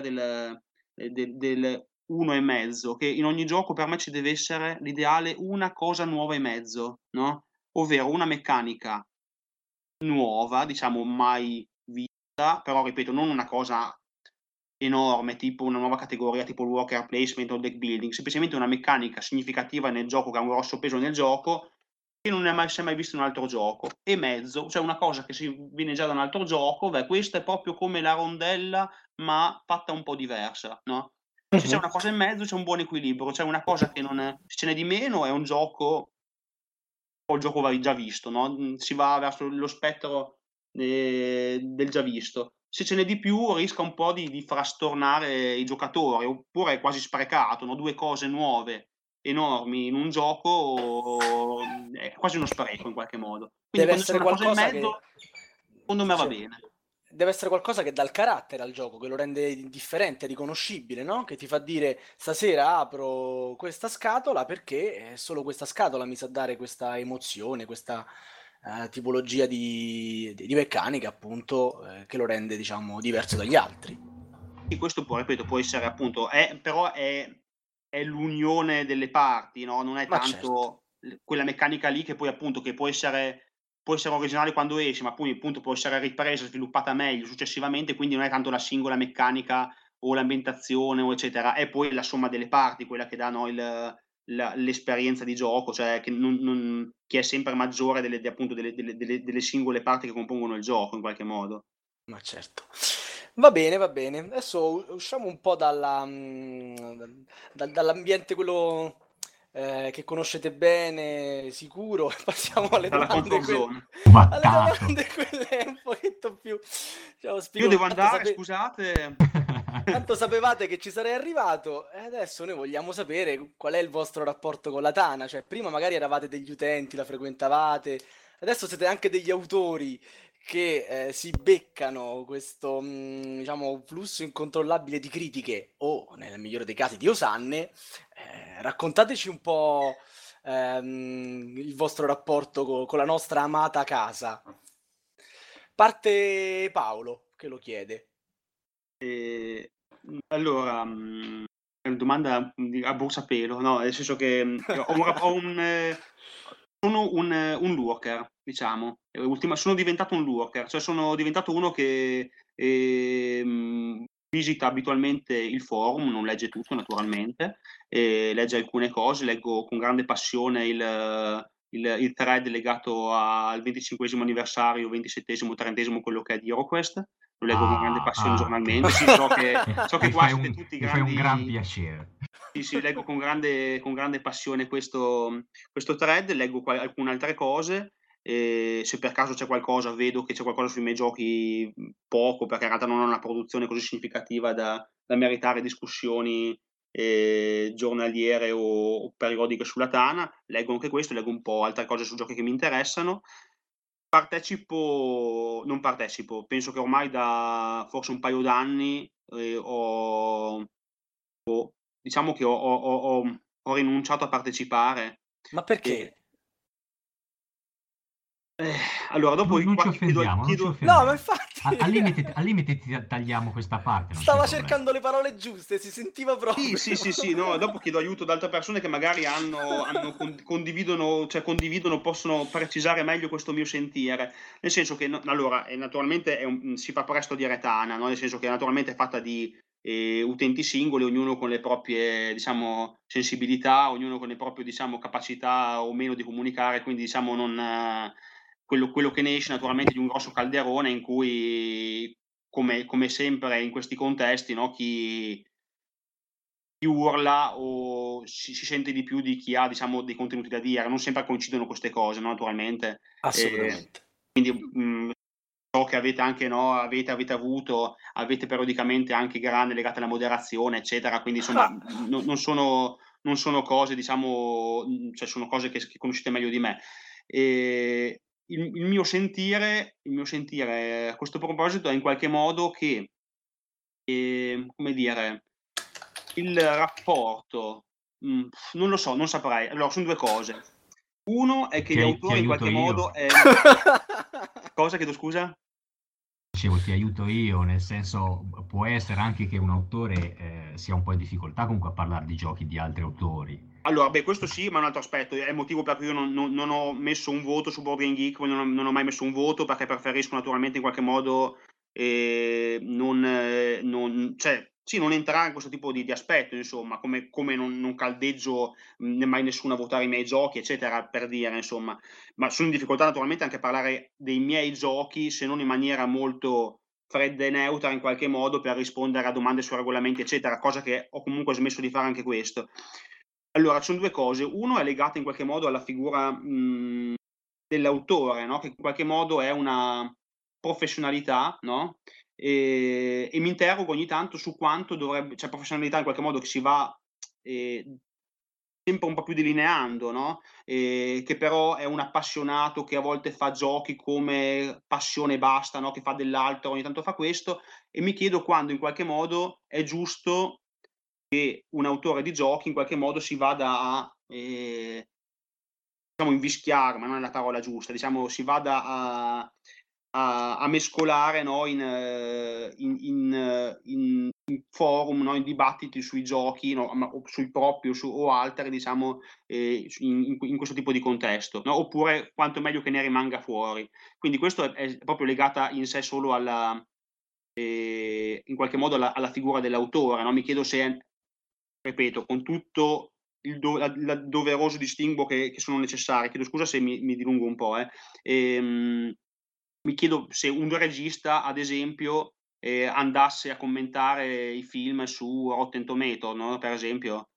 C: del 1,5, che in ogni gioco per me ci deve essere l'ideale una cosa nuova e mezzo, no? Ovvero una meccanica nuova, diciamo mai vista, però ripeto, non una cosa enorme, tipo una nuova categoria tipo il worker placement o il deck building, semplicemente una meccanica significativa nel gioco che ha un grosso peso nel gioco che non si è mai visto in un altro gioco, e mezzo, cioè una cosa che viene già da un altro gioco, beh, questa è proprio come la rondella ma fatta un po' diversa, no? Se c'è una cosa in mezzo c'è un buon equilibrio, c'è una cosa che non è, se ce n'è di meno è un gioco o il gioco va già visto, no? Si va verso lo spettro del già visto. Se ce n'è di più rischia un po' di frastornare i giocatori, oppure è quasi sprecato, no? Due cose nuove, enormi in un gioco è quasi uno spreco in qualche modo. Quindi
B: Deve
C: quando c'è
B: essere
C: una cosa in
B: qualcosa
C: mezzo,
B: che...
C: secondo me va
B: Sì.
C: bene.
B: Deve essere qualcosa che dà il carattere al gioco, che lo rende differente, riconoscibile, no? Che ti fa dire stasera apro questa scatola perché solo questa scatola mi sa dare questa emozione, questa tipologia di meccanica, appunto, che lo rende, diciamo, diverso dagli altri.
C: Sì, questo ripeto, può essere appunto, però è l'unione delle parti, no? Non è
B: Ma certo.
C: tanto quella meccanica lì che poi appunto che può essere originale quando esce, ma poi appunto può essere ripresa, sviluppata meglio successivamente, quindi non è tanto la singola meccanica o l'ambientazione o eccetera, è poi la somma delle parti quella che dà, no, l'esperienza di gioco, cioè che è sempre maggiore appunto delle singole parti che compongono il gioco in qualche modo.
B: Ma certo. Va bene, va bene. Adesso usciamo un po' dall'ambiente quello che conoscete bene, sicuro, e passiamo alle
C: Dalla
B: domande,
C: comfort zone.
B: alle
G: Battato.
B: domande quelle un pochetto più, diciamo,
C: Io devo
B: tanto
C: andare, scusate.
B: tanto sapevate che ci sarei arrivato e adesso noi vogliamo sapere qual è il vostro rapporto con la Tana. Cioè, prima magari eravate degli utenti, la frequentavate, adesso siete anche degli autori che si beccano questo, diciamo, flusso incontrollabile di critiche o, nel migliore dei casi, di osanne. raccontateci un po' il vostro rapporto con la nostra amata casa. Parte Paolo, che lo chiede.
C: Allora, è una domanda a bruciapelo, no? Nel senso che sono un lurker, diciamo. Sono diventato un lurker, cioè sono diventato uno che visita abitualmente il forum, non legge tutto naturalmente, legge alcune cose, leggo con grande passione il thread legato al 25esimo anniversario, 27esimo, 30esimo, quello che è di HeroQuest. Lo leggo con grande passione giornalmente. Sì, so che qua siete tutti
G: mi fai un gran
C: grandi.
G: piacere.
C: Sì, leggo con grande passione questo thread, leggo alcune altre cose. Se per caso c'è qualcosa, vedo che c'è qualcosa sui miei giochi, poco, perché in realtà non ho una produzione così significativa da meritare discussioni giornaliere o periodiche sulla Tana. Leggo anche questo, leggo un po' altre cose su giochi che mi interessano. Non partecipo, penso che ormai da forse un paio d'anni diciamo che ho rinunciato a partecipare.
B: Ma perché?
C: Allora, dopo
G: Non ci offendiamo, non ci
B: No,
G: offendiamo.
B: ma infatti
G: Al limite ti tagliamo questa parte. Non
B: stava
G: c'è problema.
B: cercando le parole giuste, si sentiva proprio.
C: Sì, no, dopo chiedo aiuto ad altre persone che magari condividono, possono precisare meglio questo mio sentire. Nel senso che, allora, naturalmente si fa presto a dire Tana, no? Nel senso che naturalmente è fatta di utenti singoli, ognuno con le proprie, diciamo, sensibilità, ognuno con le proprie, diciamo, capacità o meno di comunicare, quindi, diciamo, quello che ne esce naturalmente di un grosso calderone in cui, come sempre in questi contesti, no? Chi urla o si sente di più di chi ha, diciamo, dei contenuti da dire. Non sempre coincidono queste cose, no? Naturalmente.
B: Assolutamente.
C: Quindi so che avete anche, no, avete periodicamente anche grane legate alla moderazione, eccetera. Quindi insomma non sono cose, diciamo, cioè sono cose che conoscete meglio di me. Il mio sentire a questo proposito è in qualche modo che, come dire, il rapporto, non lo so, non saprei. Allora, sono due cose. Uno è che gli
G: Ti
C: autori in
G: aiuto
C: qualche
G: io.
C: modo Cosa? Chiedo scusa?
G: Dicevo, ti aiuto io, nel senso, può essere anche che un autore sia un po' in difficoltà comunque a parlare di giochi di altri autori.
C: Allora, questo sì, ma è un altro aspetto. È il motivo per cui io non ho messo un voto su Board Game Geek, non ho mai messo un voto, perché preferisco naturalmente in qualche modo cioè, sì, non entrare in questo tipo di aspetto, insomma, come non caldeggio mai nessuno a votare i miei giochi, eccetera, per dire, insomma. Ma sono in difficoltà naturalmente anche a parlare dei miei giochi, se non in maniera molto fredda e neutra in qualche modo, per rispondere a domande su regolamenti, eccetera, cosa che ho comunque smesso di fare anche questo. Allora, ci sono due cose. Uno è legato in qualche modo alla figura dell'autore, no? Che in qualche modo è una professionalità, no? E mi interrogo ogni tanto su quanto dovrebbe, cioè professionalità in qualche modo che si va sempre un po' più delineando, no? Che però è un appassionato che a volte fa giochi come passione e basta, no? Che fa dell'altro, ogni tanto fa questo, e mi chiedo quando in qualche modo è giusto che un autore di giochi in qualche modo si vada a diciamo invischiare, ma non è la parola giusta, diciamo si vada a mescolare, no, in forum, no, in dibattiti sui giochi, no, o sui propri o altri, diciamo, in questo tipo di contesto, no? Oppure quanto meglio che ne rimanga fuori. Quindi questo è proprio legata in sé solo alla in qualche modo alla figura dell'autore, no? Mi chiedo se, ripeto, con tutto il doveroso distinguo che sono necessari, chiedo scusa se mi dilungo un po', mi chiedo se un regista, ad esempio, andasse a commentare i film su Rotten Tomatoes, no, per esempio,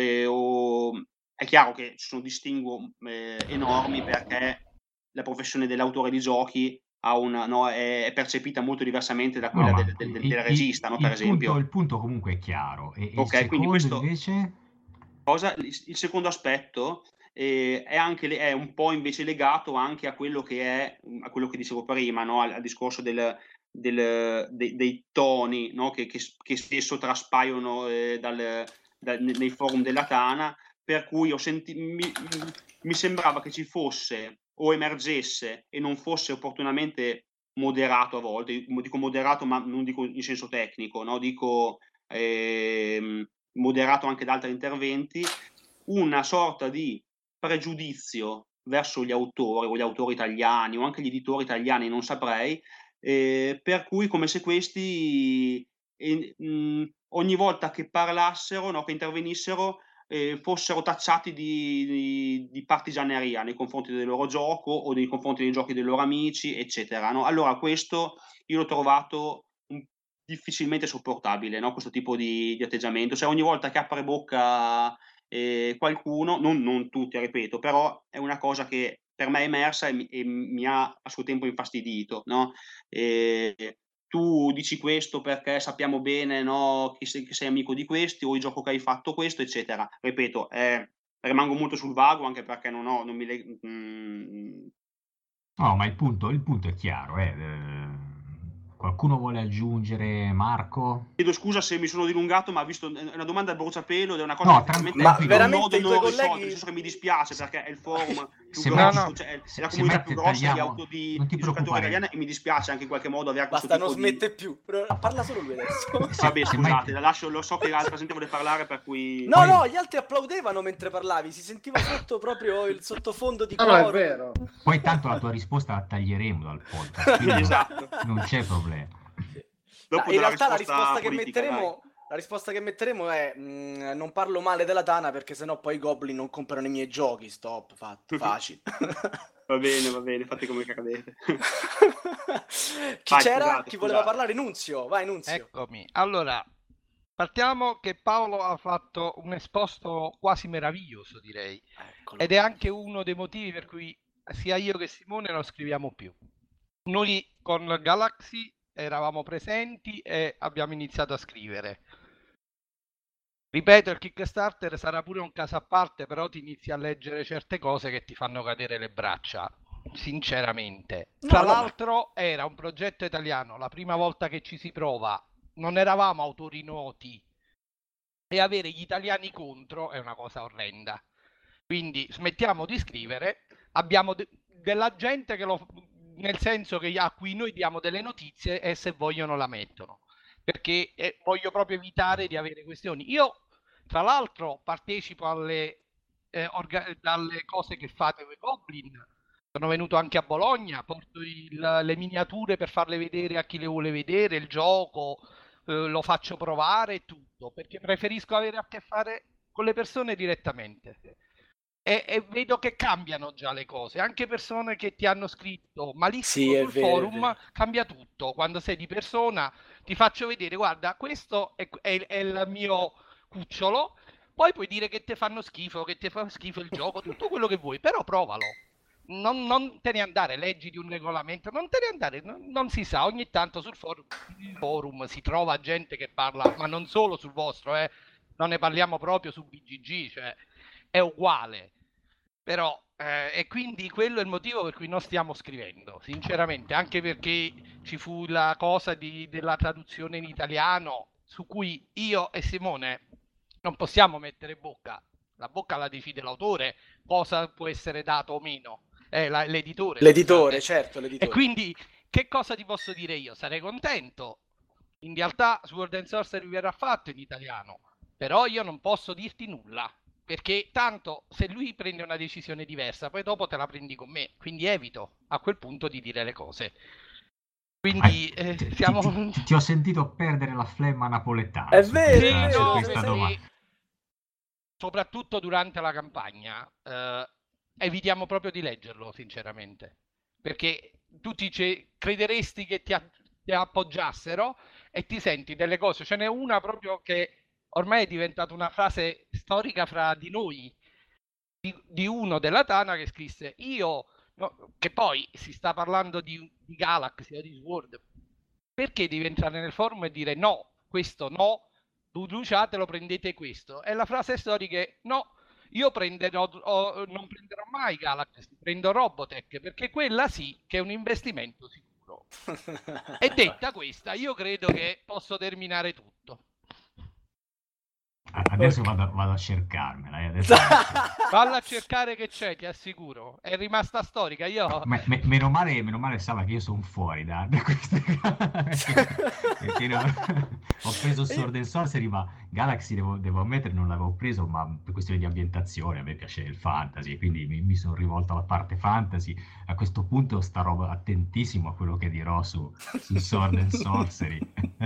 C: è chiaro che ci sono distinguo enormi, perché la professione dell'autore di giochi è percepita molto diversamente da
G: No,
C: quella
G: ma
C: del regista, no, per esempio.
G: il punto comunque è chiaro. E il
C: Ok, quindi
G: secondo
C: questo
G: invece?
C: il secondo aspetto è un po' invece legato anche a quello che dicevo prima, no? Al discorso dei toni, no? che spesso traspaiono nei forum della Tana, per cui mi sembrava che ci fosse o emergesse e non fosse opportunamente moderato a volte, dico moderato ma non dico in senso tecnico, no? Dico moderato anche da altri interventi, una sorta di pregiudizio verso gli autori o gli autori italiani o anche gli editori italiani, non saprei, per cui come se questi ogni volta che parlassero, no, che intervenissero, fossero tacciati di partigianeria nei confronti del loro gioco o nei confronti dei giochi dei loro amici, eccetera, no? Allora questo io l'ho trovato difficilmente sopportabile, no? Questo tipo di atteggiamento. Cioè ogni volta che apre bocca qualcuno, non tutti, ripeto, però è una cosa che per me è emersa e mi ha a suo tempo infastidito, no? Tu dici questo perché sappiamo bene, no, che sei amico di questi o il gioco che hai fatto questo, eccetera. Ripeto, rimango molto sul vago anche perché non mi
G: No, ma il punto è chiaro. Qualcuno vuole aggiungere, Marco?
C: Chiedo scusa se mi sono dilungato, ma visto è una domanda a bruciapelo ed è una cosa
G: No,
C: che
B: ma
C: è
B: veramente
C: un nodo
B: i tuoi
C: non risolto,
B: colleghi...
C: nel senso che mi dispiace perché è il forum più
G: Se
C: grosso,
G: Matt-
C: cioè è
G: se
C: la comunità
G: Matt
C: più grossa
G: tagliamo,
C: di
G: non ti
C: giocatori
G: preoccupare.
C: italiani e mi dispiace anche in qualche modo avere questo
B: Basta,
C: tipo
B: non smette più. Parla solo lui adesso.
C: Vabbè,
G: se
C: scusate,
G: Matt-
C: lo so che l'altra gente vuole parlare, per cui...
B: No,
G: Poi-
B: no, gli altri applaudevano mentre parlavi, si sentiva sotto proprio il sottofondo di
E: No, no, è
B: coro.
E: vero.
G: Poi tanto la tua risposta la taglieremo dal podcast, quindi
C: Esatto.
G: non c'è problema.
C: Dopo
B: In
C: della
B: realtà la
C: risposta
B: risposta che metteremo è non parlo male della Tana perché sennò poi i Goblin non comprano i miei giochi. Stop, facile.
C: Va bene, fate come credete.
B: Chi
C: Vai,
B: c'era?
C: scusate,
B: Chi voleva
C: scusate.
B: parlare? Nunzio, vai Nunzio.
D: Eccomi. Allora, partiamo che Paolo ha fatto un esposto quasi meraviglioso, direi.
B: Eccolo.
D: Ed è anche uno dei motivi per cui sia io che Simone non scriviamo più. Noi con Galaxy eravamo presenti e abbiamo iniziato a scrivere. Ripeto, il Kickstarter sarà pure un caso a parte, però ti inizi a leggere certe cose che ti fanno cadere le braccia, sinceramente. Tra l'altro era un progetto italiano, la prima volta che ci si prova, non eravamo autori noti e avere gli italiani contro è una cosa orrenda. Quindi smettiamo di scrivere, abbiamo della gente che nel senso che a cui noi diamo delle notizie e se vogliono la mettono, perché voglio proprio evitare di avere questioni. Io tra l'altro partecipo alle cose che fate voi Goblin, sono venuto anche a Bologna, porto le miniature per farle vedere a chi le vuole vedere, il gioco, lo faccio provare e tutto, perché preferisco avere a che fare con le persone direttamente. E vedo che cambiano già le cose, anche persone che ti hanno scritto malissimo sul forum, cambia tutto. Quando sei di persona ti faccio vedere, guarda, questo è il mio cucciolo, poi puoi dire che ti fanno schifo, che ti fa schifo il gioco, tutto quello che vuoi, però provalo. Non te ne andare, leggiti un regolamento, non te ne andare, non si sa, ogni tanto sul forum si trova gente che parla, ma non solo sul vostro, non ne parliamo proprio su BGG, cioè è uguale, però e quindi quello è il motivo per cui non stiamo scrivendo, sinceramente, anche perché ci fu la cosa della traduzione in italiano su cui io e Simone non possiamo mettere bocca, la bocca la decide l'autore, cosa può essere dato o meno, l'editore,
B: Certo, l'editore.
D: E quindi che cosa ti posso dire io? Sarei contento, in realtà Sword and Sorcery verrà fatto in italiano, però io non posso dirti nulla, perché tanto se lui prende una decisione diversa poi dopo te la prendi con me, quindi evito a quel punto di dire le cose. Quindi
G: ti ho sentito perdere la flemma napoletana.
B: È vero,
G: su questa domanda.
D: Soprattutto durante la campagna evitiamo proprio di leggerlo, sinceramente, perché tu crederesti che ti appoggiassero e ti senti delle cose. Ce n'è una proprio che ormai è diventata una frase storica fra di noi, di uno della Tana che scrisse che poi si sta parlando di Galaxy o di Sword, perché devi entrare nel forum e dire no, questo no, bruciatelo, prendete questo. E la frase storica è no, io non prenderò mai Galaxy, prendo Robotech, perché quella sì che è un investimento sicuro. E detta questa, io credo che posso terminare tutto.
G: Adesso vado a cercarmela. Adesso...
D: Valla a cercare che c'è, ti assicuro. È rimasta storica. Io...
G: Meno male, Sava, che io sono fuori da queste perché ho preso Sword and Sorcery, ma Galaxy devo ammettere non l'avevo preso, ma per questione di ambientazione a me piace il fantasy, quindi mi sono rivolto alla parte fantasy. A questo punto starò attentissimo a quello che dirò su Sword and Sorcery.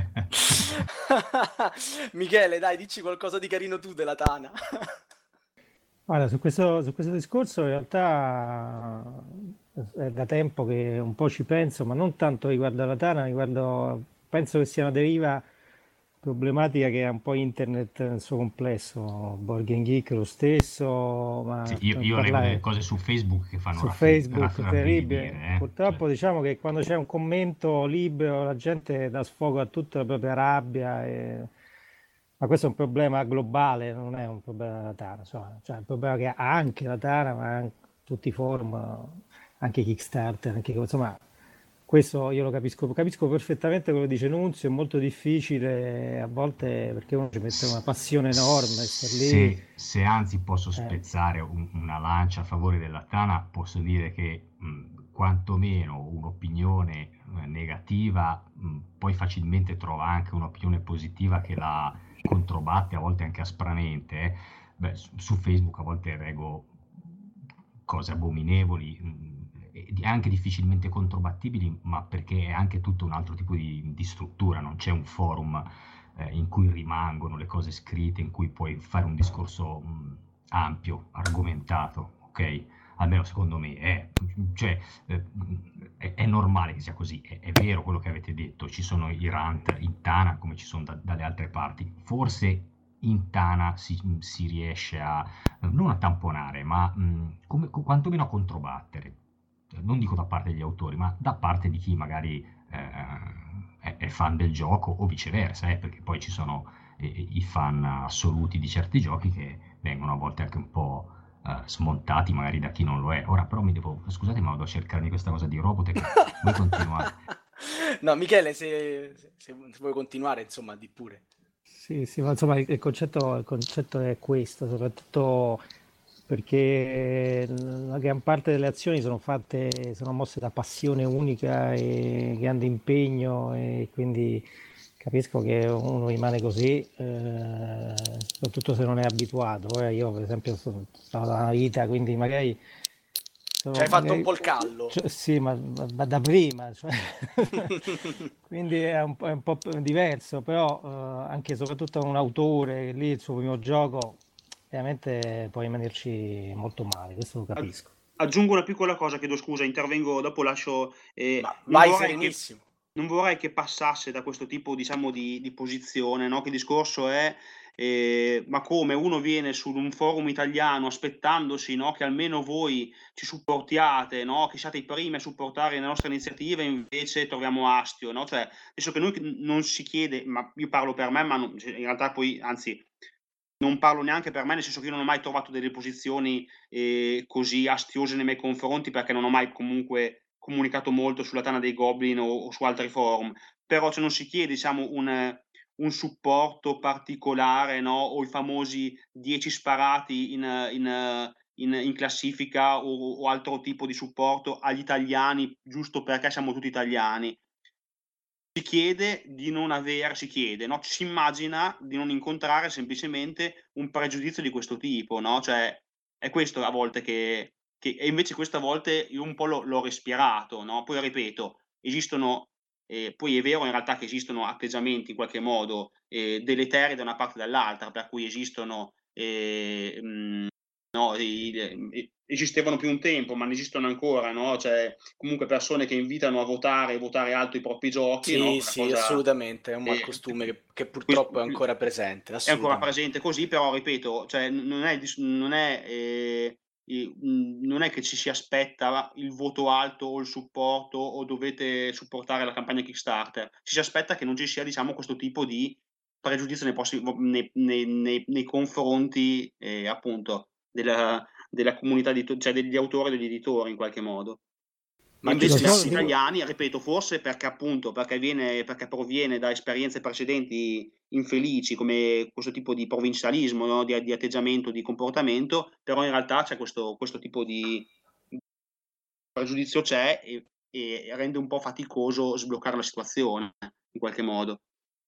B: Michele, dai, dici qualcosa di carino tu della Tana.
F: Guarda, su questo discorso in realtà è da tempo che un po' ci penso, ma non tanto riguardo alla Tana, penso che sia una deriva problematica che ha un po' internet nel suo complesso, Board Game Geek lo stesso, ma
G: Sì, io leggo delle cose su Facebook che fanno
F: su Facebook terribile.
G: rabbrividire,
F: Purtroppo
G: cioè.
F: diciamo che quando c'è un commento libero la gente dà sfogo a tutta la propria rabbia, ma questo è un problema globale, non è un problema della Tana, insomma. Cioè, è un problema che ha anche la Tana, ma anche tutti i forum, anche Kickstarter, insomma. Questo io lo capisco perfettamente quello che dice Nunzio, è molto difficile a volte perché uno ci mette una passione enorme, star lì.
G: Se anzi posso spezzare una lancia a favore della Tana, posso dire che quantomeno un'opinione negativa poi facilmente trova anche un'opinione positiva che la controbatte, a volte anche aspramente. Beh, su Facebook a volte leggo cose abominevoli, anche difficilmente controbattibili, ma perché è anche tutto un altro tipo di struttura, non c'è un forum in cui rimangono le cose scritte, in cui puoi fare un discorso ampio, argomentato, ok? Almeno secondo me è normale che sia così, è vero quello che avete detto, ci sono i rant in Tana come ci sono dalle altre parti, forse in Tana si riesce non a tamponare, ma quantomeno a controbattere. Non dico da parte degli autori, ma da parte di chi magari è fan del gioco o viceversa, perché poi ci sono i fan assoluti di certi giochi che vengono a volte anche un po' smontati magari da chi non lo è. Ora però scusate, ma vado a cercarmi questa cosa di Robotech, vuoi continuare?
B: No, Michele, se vuoi continuare, insomma, di pure.
F: Sì, ma insomma il concetto è questo, soprattutto perché la gran parte delle azioni sono mosse da passione unica e grande impegno, e quindi capisco che uno rimane così, soprattutto se non è abituato. Io per esempio sono da una vita, quindi magari...
B: Ci hai fatto un po' il callo.
F: Sì, ma da prima, cioè. Quindi è un po' diverso, però anche soprattutto un autore, lì il suo primo gioco, veramente può rimanerci molto male, questo lo capisco.
C: Aggiungo una piccola cosa, chiedo scusa, intervengo dopo, lascio...
B: vai serenissimo.
C: Non vorrei che passasse da questo tipo, diciamo, di posizione, no? Che il discorso è ma come uno viene su un forum italiano aspettandosi, no, che almeno voi ci supportiate, no, che siate i primi a supportare le nostre iniziative, invece troviamo astio, no? Cioè, penso che noi non si chiede, ma io parlo per me, ma in realtà poi, anzi, non parlo neanche per me, nel senso che io non ho mai trovato delle posizioni così astiose nei miei confronti, perché non ho mai comunque comunicato molto sulla Tana dei Goblin o su altri forum, però non si chiede, diciamo, un supporto particolare, no? O i famosi 10 sparati in classifica o altro tipo di supporto agli italiani, giusto perché siamo tutti italiani. Si chiede, no? Si immagina di non incontrare semplicemente un pregiudizio di questo tipo, no? Cioè, è questo a volte e invece questa volte io un po' l'ho respirato, no? Poi ripeto, esistono, poi è vero in realtà che esistono atteggiamenti in qualche modo deleteri da una parte e dall'altra, per cui esistono no, esistevano più un tempo, ma ne esistono ancora, no? Cioè, comunque persone che invitano a votare alto i propri giochi,
B: sì,
C: no?
B: Sì, assolutamente, è un malcostume che purtroppo è ancora presente.
C: È ancora presente così, però ripeto, cioè, non è che ci si aspetta il voto alto o il supporto o dovete supportare la campagna Kickstarter, ci si aspetta che non ci sia, diciamo, questo tipo di pregiudizio nei confronti appunto della comunità cioè degli autori e degli editori in qualche modo. Ma invece gli italiani, ripeto, forse perché appunto perché proviene da esperienze precedenti infelici, come questo tipo di provincialismo, no? di atteggiamento, di comportamento, però in realtà c'è questo tipo di pregiudizio c'è e rende un po' faticoso sbloccare la situazione in qualche modo.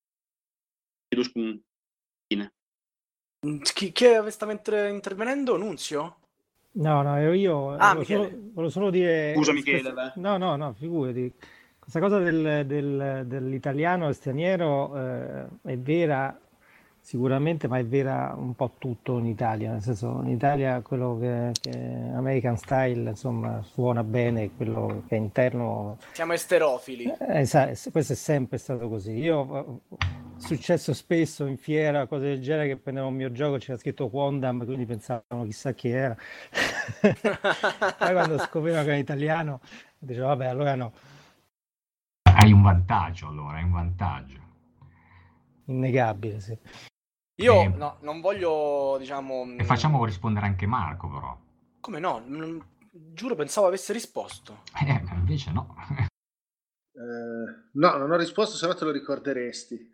B: Chi stava intervenendo? Nunzio?
F: No, ero io.
B: Michele.
F: Volevo solo dire...
C: Scusa Michele.
F: No, figurati. Questa cosa dell'italiano e straniero è vera sicuramente, ma è vera un po' tutto in Italia. Nel senso, in Italia quello che è American Style, insomma, suona bene, quello che è interno...
B: Siamo esterofili.
F: Questo è sempre stato così. Io... È successo spesso in fiera, cose del genere, che prendevo il mio gioco, c'era scritto Quondam, quindi pensavano chissà chi era. Poi quando scoprivano che era italiano, dicevo vabbè, allora no.
G: Hai un vantaggio allora, hai un vantaggio.
F: Innegabile, sì.
B: Io no, non voglio, diciamo...
G: E facciamo rispondere anche Marco, però.
B: Come no? Giuro, pensavo avesse risposto.
G: Invece no.
E: No, non ho risposto, se no te lo ricorderesti.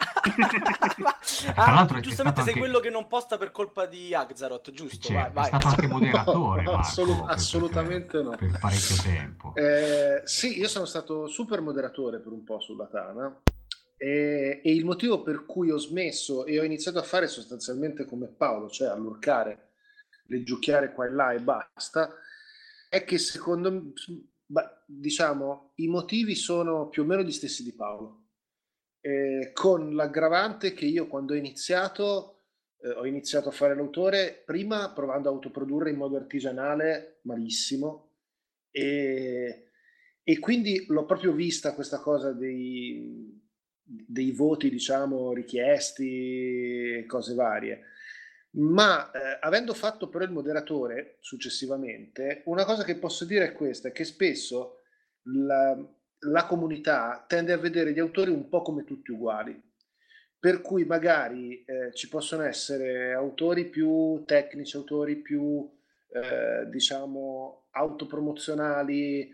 G: Tra l'altro
B: giustamente sei
G: anche...
B: quello che non posta per colpa di Axaroth, giusto?
G: Certo,
B: vai.
G: È stato anche moderatore,
E: no,
G: Marco,
E: assolutamente no.
G: Per parecchio tempo.
E: Sì, io sono stato super moderatore per un po' sulla Tana e il motivo per cui ho smesso e ho iniziato a fare sostanzialmente come Paolo, cioè a lurcare, leggiucchiare qua e là e basta, è che secondo me, diciamo, i motivi sono più o meno gli stessi di Paolo, con l'aggravante che io quando ho iniziato a fare l'autore, prima provando a autoprodurre in modo artigianale, malissimo, e quindi l'ho proprio vista questa cosa dei voti, diciamo, richiesti, cose varie. Ma avendo fatto però il moderatore successivamente, una cosa che posso dire è questa, è che spesso la comunità tende a vedere gli autori un po' come tutti uguali, per cui magari ci possono essere autori più tecnici, autori più diciamo autopromozionali.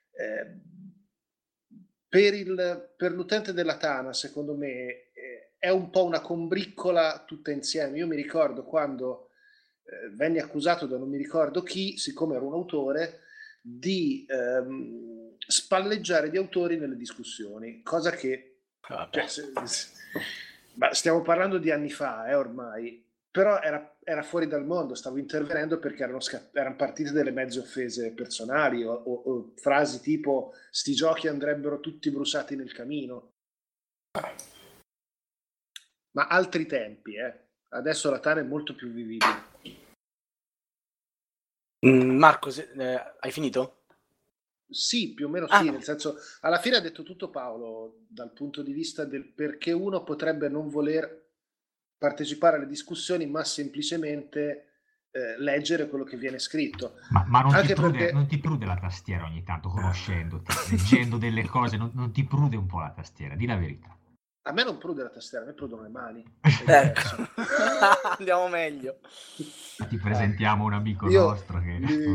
E: Per l'utente della Tana, secondo me, è un po' una combriccola tutta insieme. Io mi ricordo quando venni accusato da non mi ricordo chi, siccome ero un autore, di spalleggiare gli autori nelle discussioni, cosa che stiamo parlando di anni fa, ormai, però era fuori dal mondo, stavo intervenendo perché erano partite delle mezze offese personali o frasi tipo sti giochi andrebbero tutti bruciati nel camino. Ma altri tempi, adesso la Tana è molto più vivibile.
B: Marco, hai finito?
E: Sì, più o meno sì, nel senso, alla fine ha detto tutto Paolo, dal punto di vista del perché uno potrebbe non voler partecipare alle discussioni, ma semplicemente leggere quello che viene scritto.
G: Ma non ti prude la tastiera ogni tanto, conoscendoti, leggendo delle cose, non ti prude un po' la tastiera, di la verità.
E: A me non prude la tastiera, a me prudono le mani.
B: Andiamo meglio.
G: Ti presentiamo un amico nostro che...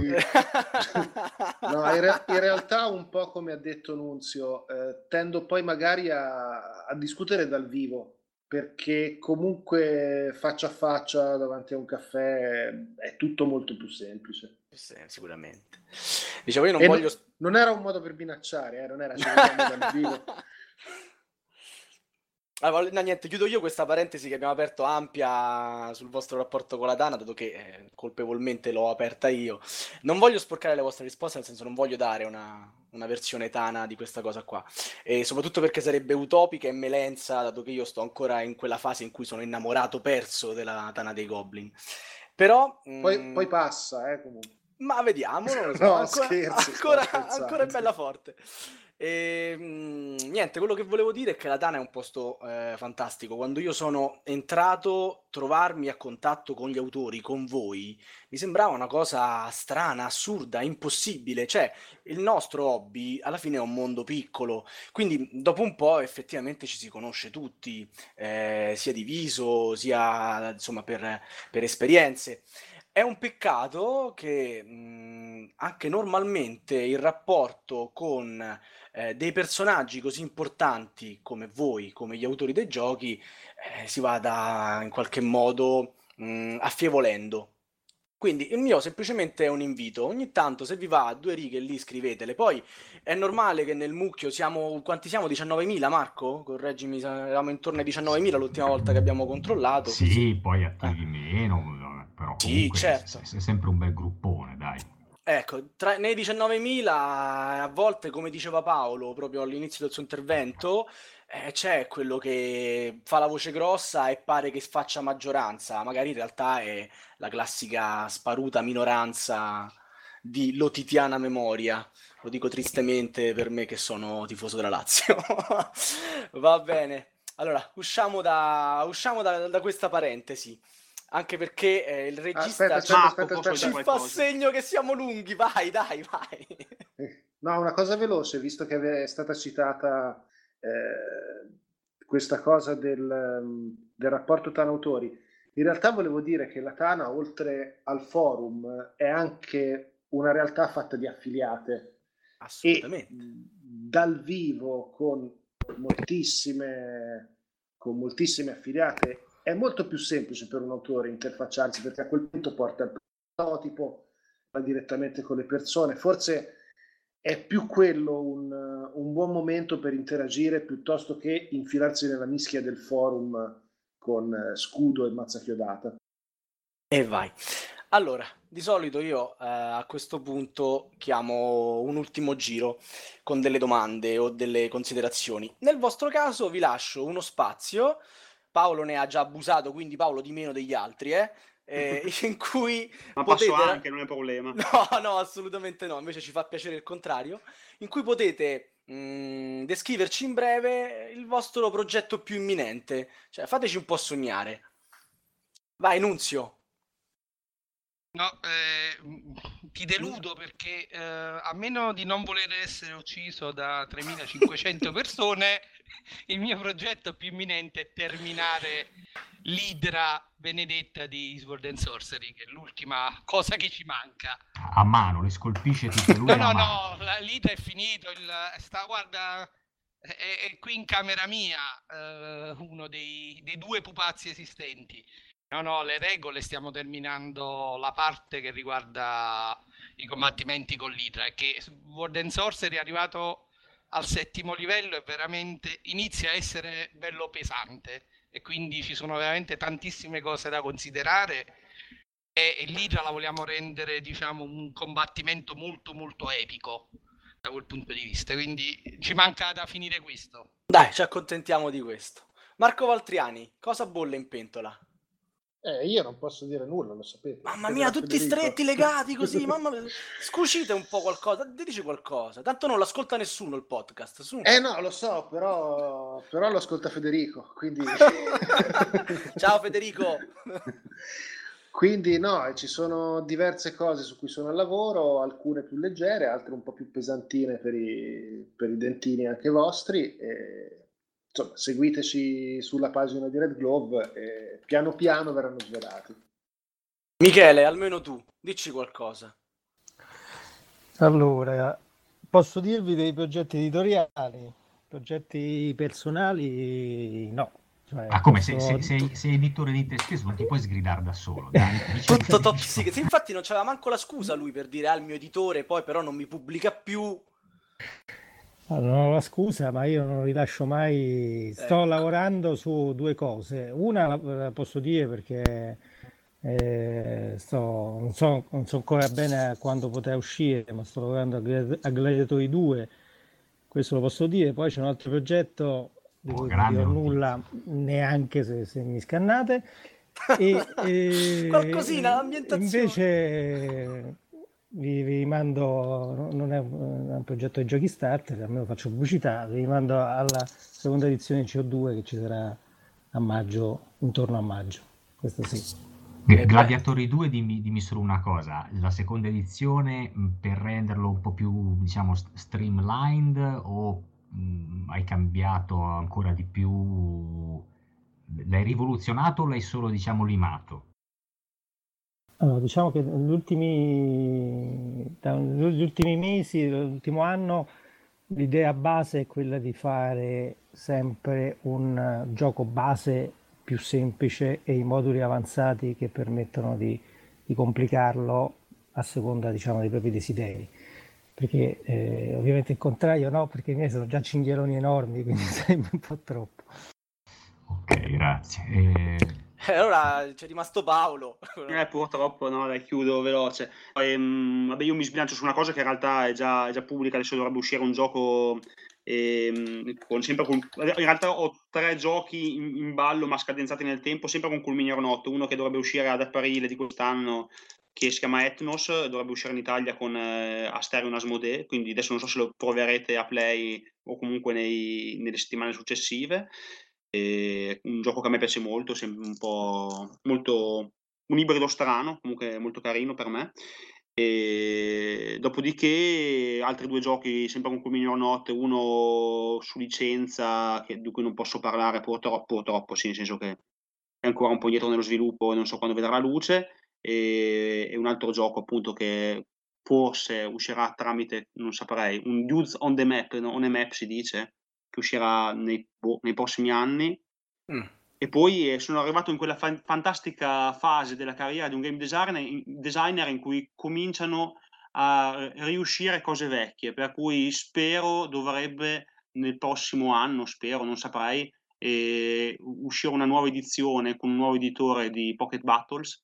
E: No, in realtà un po' come ha detto Nunzio, tendo poi magari a discutere dal vivo, perché comunque faccia a faccia davanti a un caffè è tutto molto più semplice.
B: Sicuramente. Dicevo, io non voglio...
E: Non era un modo per minacciare, non era dal vivo.
B: No, niente, chiudo io questa parentesi che abbiamo aperto ampia sul vostro rapporto con la Tana, dato che colpevolmente l'ho aperta io. Non voglio sporcare le vostre risposte, nel senso non voglio dare una versione Tana di questa cosa qua, e soprattutto perché sarebbe utopica e melenza, dato che io sto ancora in quella fase in cui sono innamorato perso della Tana dei Goblin. Però...
E: Poi passa, comunque.
B: Ma vediamo, non lo so.
E: No, scherzo,
B: ancora è bella forte. Niente, quello che volevo dire è che la Tana è un posto fantastico. Quando io sono entrato, trovarmi a contatto con gli autori, con voi, mi sembrava una cosa strana, assurda, impossibile. Cioè, il nostro hobby alla fine è un mondo piccolo, quindi dopo un po' effettivamente ci si conosce tutti, sia di viso, sia insomma per esperienze. È un peccato che anche normalmente il rapporto con dei personaggi così importanti come voi, come gli autori dei giochi, si vada in qualche modo affievolendo. Quindi il mio semplicemente è un invito: ogni tanto, se vi va, 2 righe lì scrivetele. Poi è normale che nel mucchio quanti siamo? 19.000, Marco? Correggimi, eravamo intorno ai 19.000 l'ultima volta che abbiamo controllato.
G: Sì, poi attivi meno, però
B: Sì,
G: comunque
B: certo.
G: è sempre un bel gruppone, dai.
B: Ecco, nei 19.000 a volte, come diceva Paolo proprio all'inizio del suo intervento, c'è quello che fa la voce grossa e pare che faccia maggioranza, magari in realtà è la classica sparuta minoranza di lotitiana memoria. Lo dico tristemente per me che sono tifoso della Lazio. Va bene. Allora, usciamo da questa parentesi. Anche perché il regista
E: Aspetta.
B: ci fa segno che siamo lunghi. Vai, dai, vai.
E: No, una cosa veloce, visto che è stata citata questa cosa del rapporto TAN-autori. In realtà volevo dire che la TANA, oltre al forum, è anche una realtà fatta di affiliate.
B: Assolutamente.
E: E dal vivo con moltissime affiliate è molto più semplice per un autore interfacciarsi, perché a quel punto porta il prototipo, va direttamente con le persone. Forse è più quello un buon momento per interagire, piuttosto che infilarsi nella mischia del forum con scudo e mazza chiodata.
B: E vai. Allora, di solito io a questo punto chiamo un ultimo giro con delle domande o delle considerazioni. Nel vostro caso vi lascio uno spazio. Paolo ne ha già abusato, quindi Paolo di meno degli altri, in cui
C: Ma
B: potete...
C: passo anche, non è problema.
B: No, assolutamente no, invece ci fa piacere il contrario, in cui potete descriverci in breve il vostro progetto più imminente, cioè fateci un po' sognare. Vai, Nunzio.
D: No, ti deludo perché a meno di non voler essere ucciso da 3.500 persone, il mio progetto più imminente è terminare l'idra benedetta di Sword and Sorcery, che è l'ultima cosa che ci manca.
G: A mano, le scolpisce tutte lui a mano.
D: No, l'idra è finito, guarda, è qui in camera mia, uno dei 2 pupazzi esistenti. No, le regole, stiamo terminando la parte che riguarda i combattimenti con l'Hydra, e che Sword and Sorcery è arrivato al 7° livello e veramente inizia a essere bello pesante, e quindi ci sono veramente tantissime cose da considerare, e l'Hydra la vogliamo rendere, diciamo, un combattimento molto molto epico da quel punto di vista, quindi ci manca da finire questo.
B: Dai, ci accontentiamo di questo. Marco Valtriani, cosa bolle in pentola?
E: Io non posso dire nulla, lo sapete.
B: Mamma mia, tutti stretti, legati così, mamma mia. Scucite un po' qualcosa, dici qualcosa. Tanto non l'ascolta nessuno il podcast. Su.
E: No, lo so, però lo ascolta Federico, quindi...
B: Ciao Federico!
E: Quindi no, ci sono diverse cose su cui sono al lavoro, alcune più leggere, altre un po' più pesantine per i dentini anche vostri. Insomma, seguiteci sulla pagina di Red Glove e piano piano verranno svelati.
B: Michele, almeno tu, dici qualcosa.
F: Allora, posso dirvi dei progetti editoriali, progetti personali? No. Cioè,
G: come sei editore di te stesso, non ti puoi sgridare da solo. Dai,
B: tutto top secret. Infatti non c'aveva manco la scusa lui per dire il mio editore, poi però non mi pubblica più.
F: Non ho la scusa, ma io non rilascio mai. Sto lavorando su 2 cose. Una la posso dire perché non so ancora bene quando potrà uscire, ma sto lavorando a Gladiatori 2. Questo lo posso dire. Poi c'è un altro progetto di cui non dirò nulla neanche se mi scannate.
B: Qualcosina, l'ambientazione.
F: Invece vi mando, non è un progetto di Giochi Starter, almeno faccio pubblicità, vi mando alla seconda edizione CO2 che ci sarà a maggio, intorno a maggio. Questo sì.
G: Gladiatori 2, dimmi solo una cosa: la seconda edizione, per renderlo un po' più, diciamo, streamlined, o hai cambiato ancora di più, l'hai rivoluzionato o l'hai solo, diciamo, limato?
F: Allora, diciamo che negli ultimi mesi, l'ultimo anno, l'idea base è quella di fare sempre un gioco base più semplice e i moduli avanzati che permettono di complicarlo a seconda, diciamo, dei propri desideri. Perché ovviamente il contrario no, perché i miei sono già cinghialoni enormi, quindi sarebbe un po' troppo.
G: Ok, grazie.
B: Allora c'è rimasto Paolo.
C: Purtroppo no, dai, chiudo veloce. Vabbè, io mi sbilancio su una cosa che in realtà è già pubblica, adesso dovrebbe uscire un gioco in realtà ho 3 giochi in ballo ma scadenzati nel tempo, sempre con Culminier Notte, uno che dovrebbe uscire ad aprile di quest'anno che si chiama Ethnos, dovrebbe uscire in Italia con Asterion Asmodee, quindi adesso non so se lo proverete a Play o comunque nelle settimane successive. Un gioco che a me piace molto, sempre un po' molto un ibrido strano, comunque molto carino per me. E dopodiché altri 2 giochi sempre con Culminier Notte, uno su licenza di cui non posso parlare purtroppo, sì, nel senso che è ancora un po' indietro nello sviluppo e non so quando vedrà la luce, e un altro gioco appunto che forse uscirà tramite, non saprei, un Dudes on the Map, no? On a Map si dice, che uscirà nei prossimi anni. E poi sono arrivato in quella fantastica fase della carriera di un game designer in cui cominciano a riuscire cose vecchie, per cui spero dovrebbe nel prossimo anno, spero, non saprei, uscire una nuova edizione con un nuovo editore di Pocket Battles,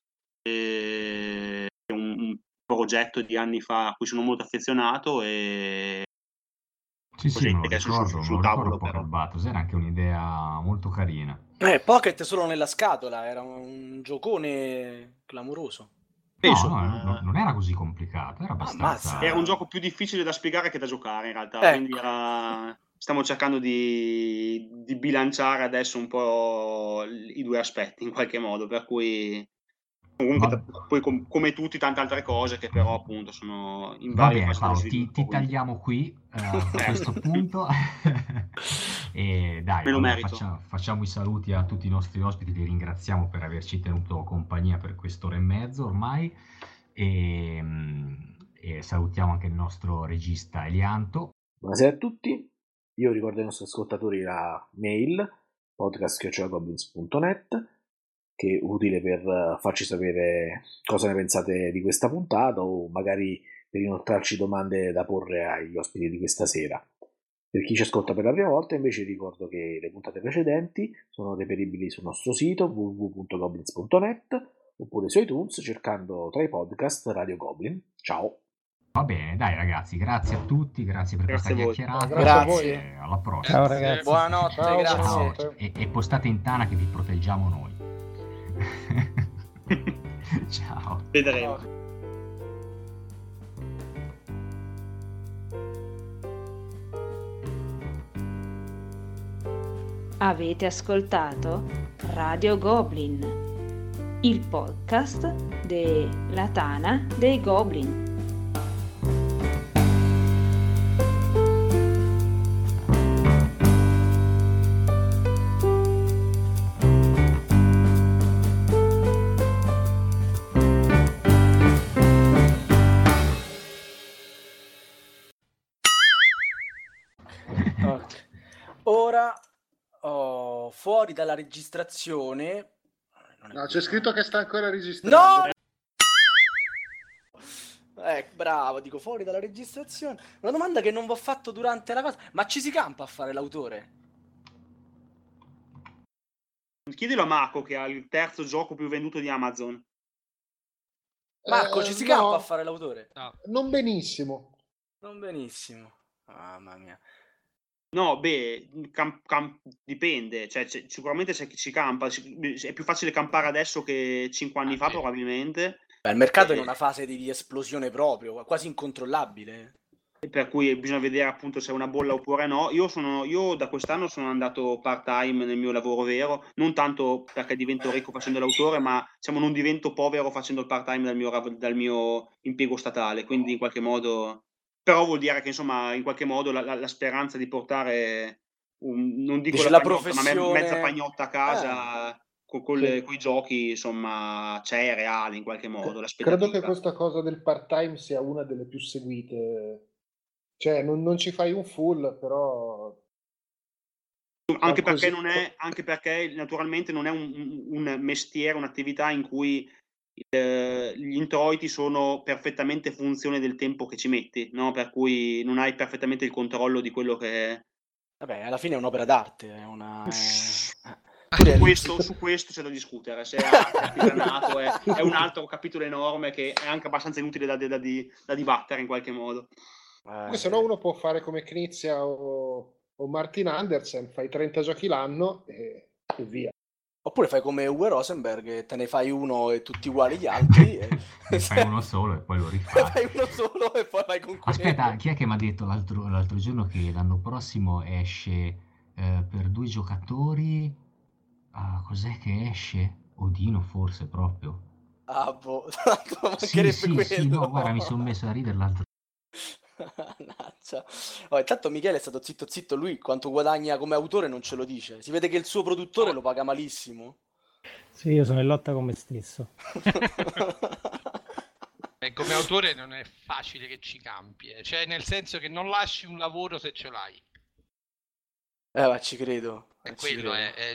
C: un progetto di anni fa a cui sono molto affezionato e
G: Sì, me lo
C: che adesso
G: ricordo,
C: sul tavolo
G: Pocket
C: però.
G: Battles, era anche un'idea molto carina.
B: Pocket solo nella scatola, era un giocone clamoroso.
G: No, non era così complicato, era abbastanza...
C: Era un gioco più difficile da spiegare che da giocare in realtà, quindi stiamo cercando di bilanciare adesso un po' i 2 aspetti in qualche modo, per cui comunque poi come tutti tante altre cose che però appunto sono in
G: Va
C: varie
G: bene
C: fasi di
G: Paolo,
C: sviluppo.
G: ti tagliamo qui a questo punto e dai,
C: Me lo
G: allora
C: merito.
G: facciamo i saluti a tutti i nostri ospiti, li ringraziamo per averci tenuto compagnia per quest'ora e mezzo ormai e salutiamo anche il nostro regista Elianto.
H: Buonasera a tutti, io ricordo ai nostri ascoltatori la mail podcast@goblins.net che è utile per farci sapere cosa ne pensate di questa puntata o magari per inoltrarci domande da porre agli ospiti di questa sera. Per chi ci ascolta per la prima volta invece ricordo che le puntate precedenti sono reperibili sul nostro sito www.goblins.net oppure su iTunes cercando tra i podcast Radio Goblin. Ciao!
G: Va bene, dai ragazzi, grazie a tutti, grazie per questa chiacchierata.
F: Grazie a voi.
G: E alla prossima.
F: Ciao ragazzi.
B: Buonanotte,
F: Ciao,
B: grazie.
F: buonanotte.
G: E postate in tana che vi proteggiamo noi. Ciao.
C: Vedremo.
A: Avete ascoltato Radio Goblin, il podcast della Tana dei Goblin.
B: Ora fuori dalla registrazione.
E: No, c'è scritto che sta ancora registrando.
B: No! Bravo, dico fuori dalla registrazione. Una domanda che non vi ho fatto durante la cosa. Ma ci si campa a fare l'autore?
C: Chiedilo a Marco che ha il terzo gioco più venduto di Amazon.
B: Marco, ci si campa a fare l'autore?
D: No.
E: Non benissimo.
B: Non benissimo. Mamma mia.
C: No, beh, dipende, cioè, sicuramente c'è chi ci campa, è più facile campare adesso che 5 anni fa probabilmente.
B: Il mercato è in una fase di esplosione proprio, quasi incontrollabile.
C: Per cui bisogna vedere appunto se è una bolla oppure no. Io da quest'anno sono andato part-time nel mio lavoro vero, non tanto perché divento ricco facendo l'autore, ma diciamo non divento povero facendo il part-time dal mio impiego statale, quindi in qualche modo... Però vuol dire che insomma in qualche modo la speranza di portare, non dico
B: dice
C: la
B: la
C: pagnotta, ma
B: professione...
C: mezza pagnotta a casa con i giochi, insomma c'è, è reale in qualche modo.
E: Credo che questa cosa del part-time sia una delle più seguite. Cioè, non ci fai un full, però...
C: Anche perché naturalmente non è un mestiere, un'attività in cui gli introiti sono perfettamente funzione del tempo che ci metti, no? Per cui non hai perfettamente il controllo di quello che...
B: Vabbè, alla fine è un'opera d'arte, è una...
C: Su questo c'è da discutere, se è artigianato è un altro capitolo enorme che è anche abbastanza inutile da dibattere in qualche modo.
E: Se no uno può fare come Knizia o Martin Andersen, fai 30 giochi l'anno e via.
B: Oppure fai come Uwe Rosenberg e te ne fai uno e tutti uguali gli altri.
G: Ne fai uno solo e poi lo rifai.
B: Fai uno solo e poi vai con quello.
G: Aspetta, chi è che mi ha detto l'altro giorno che l'anno prossimo esce per 2 giocatori? Cos'è che esce? Odino forse proprio.
B: Boh, tanto mancherebbe quello.
G: Sì, no, guarda, mi sono messo a ridere l'altro.
B: Intanto Michele è stato zitto, lui quanto guadagna come autore non ce lo dice, si vede che il suo produttore lo paga malissimo.
F: Sì, io sono in lotta con me stesso.
D: E come autore non è facile che ci campi, cioè nel senso che non lasci un lavoro se ce l'hai.
B: Ma ci credo.
D: E quello è...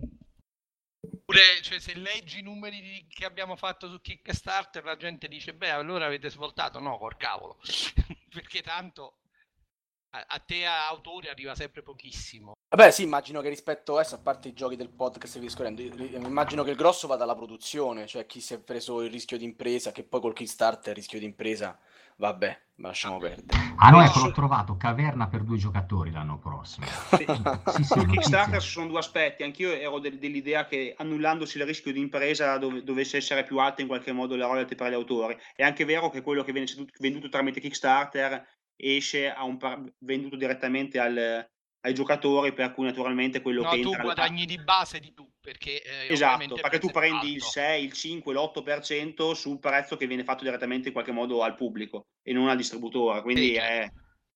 D: Pure, cioè, se leggi i numeri che abbiamo fatto su Kickstarter, la gente dice, beh, allora avete svoltato. No, col cavolo. Perché tanto a te autori arriva sempre pochissimo.
B: Vabbè, sì, immagino che rispetto a parte i giochi del podcast che scorrendo, immagino che il grosso vada alla produzione, cioè chi si è preso il rischio di impresa, che poi col Kickstarter il rischio di impresa, vabbè, lasciamo perdere.
G: No, ecco, l'ho trovato, caverna per 2 giocatori l'anno prossimo.
C: Sì. Sul Kickstarter ci sono 2 aspetti, anch'io ero dell'idea che annullandosi il rischio di impresa dovesse essere più alta in qualche modo la royalty per gli autori. È anche vero che quello che viene venduto tramite Kickstarter esce venduto direttamente ai giocatori, per cui naturalmente quello che entra...
D: tu guadagni di base di più, perché...
C: esatto, perché tu prendi il 6, il 5, l'8% sul prezzo che viene fatto direttamente in qualche modo al pubblico e non al distributore, quindi
D: sì,
C: è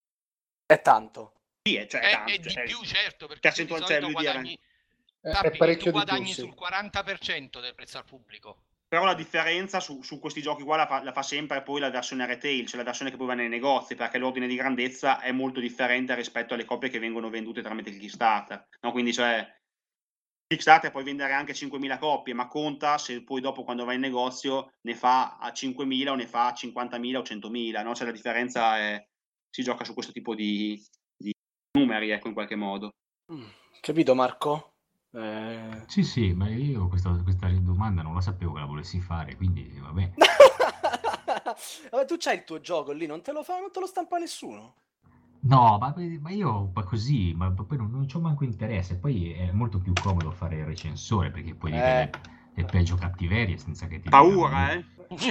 B: tanto.
C: Sì, è tanto.
D: È di più, certo, perché tu di solito guadagni... tu guadagni sul 40% del prezzo al pubblico.
C: Però la differenza su questi giochi qua la fa sempre poi la versione retail, cioè la versione che poi va nei negozi, perché l'ordine di grandezza è molto differente rispetto alle copie che vengono vendute tramite il Kickstarter, no? Quindi cioè Kickstarter puoi vendere anche 5.000 copie, ma conta se poi dopo quando vai in negozio ne fa a 5.000 o ne fa a 50.000 o 100.000, no? Cioè la differenza si gioca su questo tipo di numeri, ecco, in qualche modo.
B: Capito, Marco?
G: Sì, ma io questa domanda non la sapevo che la volessi fare, quindi vabbè.
B: Vabbè, tu c'hai il tuo gioco lì, non te lo stampa nessuno?
G: No, ma io così, ma poi non c'ho manco interesse. Poi è molto più comodo fare il recensore, perché puoi dire le peggio cattiverie senza che ti...
C: Paura,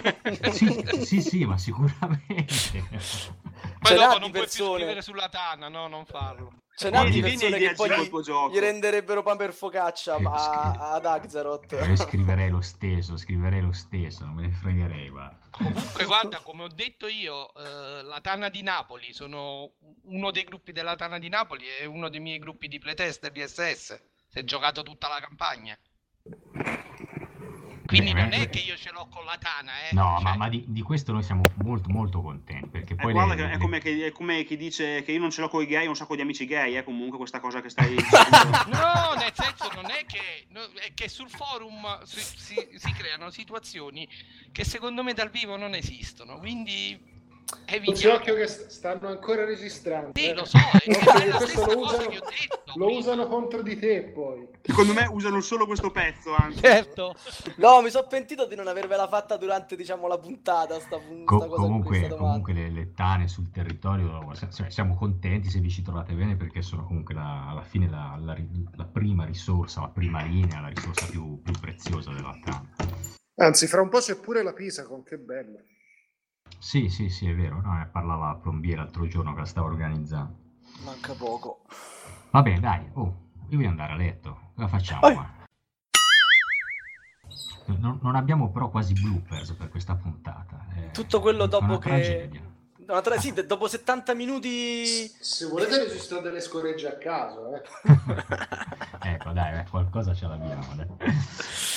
G: Sì, ma sicuramente.
D: Poi dopo non puoi più scrivere sulla Tana, no, non farlo.
B: C'è un'altra persone che poi gli renderebbe pan per focaccia ad Axaroth.
G: Scriverei lo stesso, non me ne fregherei, ma...
D: Comunque guarda, come ho detto io, la Tana di Napoli, sono uno dei gruppi della Tana di Napoli e uno dei miei gruppi di playtester di SS. Si è giocato tutta la campagna. Quindi non è che io ce l'ho con la Tana,
G: No, cioè... ma di questo noi siamo molto molto contenti, perché poi
C: guarda è come chi dice che io non ce l'ho con i gay, ho un sacco di amici gay, comunque questa cosa che stai dicendo.
D: No, nel senso non è che sul forum si creano situazioni che secondo me dal vivo non esistono, quindi
E: C'è occhio che stanno ancora registrando.
D: Sì, lo so, è la stessa cosa che ho detto.
E: Lo usano contro di te poi.
C: Secondo me usano solo questo pezzo anche.
D: Certo.
B: No, mi sono pentito di non avervela fatta durante, diciamo, la puntata
G: comunque le tane sul territorio, siamo contenti se vi ci trovate bene, perché sono comunque alla fine la prima risorsa, la prima linea, la risorsa più preziosa della tana.
E: Anzi, fra un po' c'è pure la Pisacon, che bello.
G: Sì, è vero, no, ne parlava Plombier l'altro giorno che la stava organizzando.
B: Manca poco.
G: Vabbè, dai, io voglio andare a letto. Cosa facciamo qua? Non abbiamo però quasi bloopers per questa puntata.
B: Tutto quello dopo che...
G: tragedia.
B: Sì, dopo 70 minuti...
E: Se volete registrare delle scoregge a caso,
G: Ecco, dai, qualcosa ce l'abbiamo. Dai.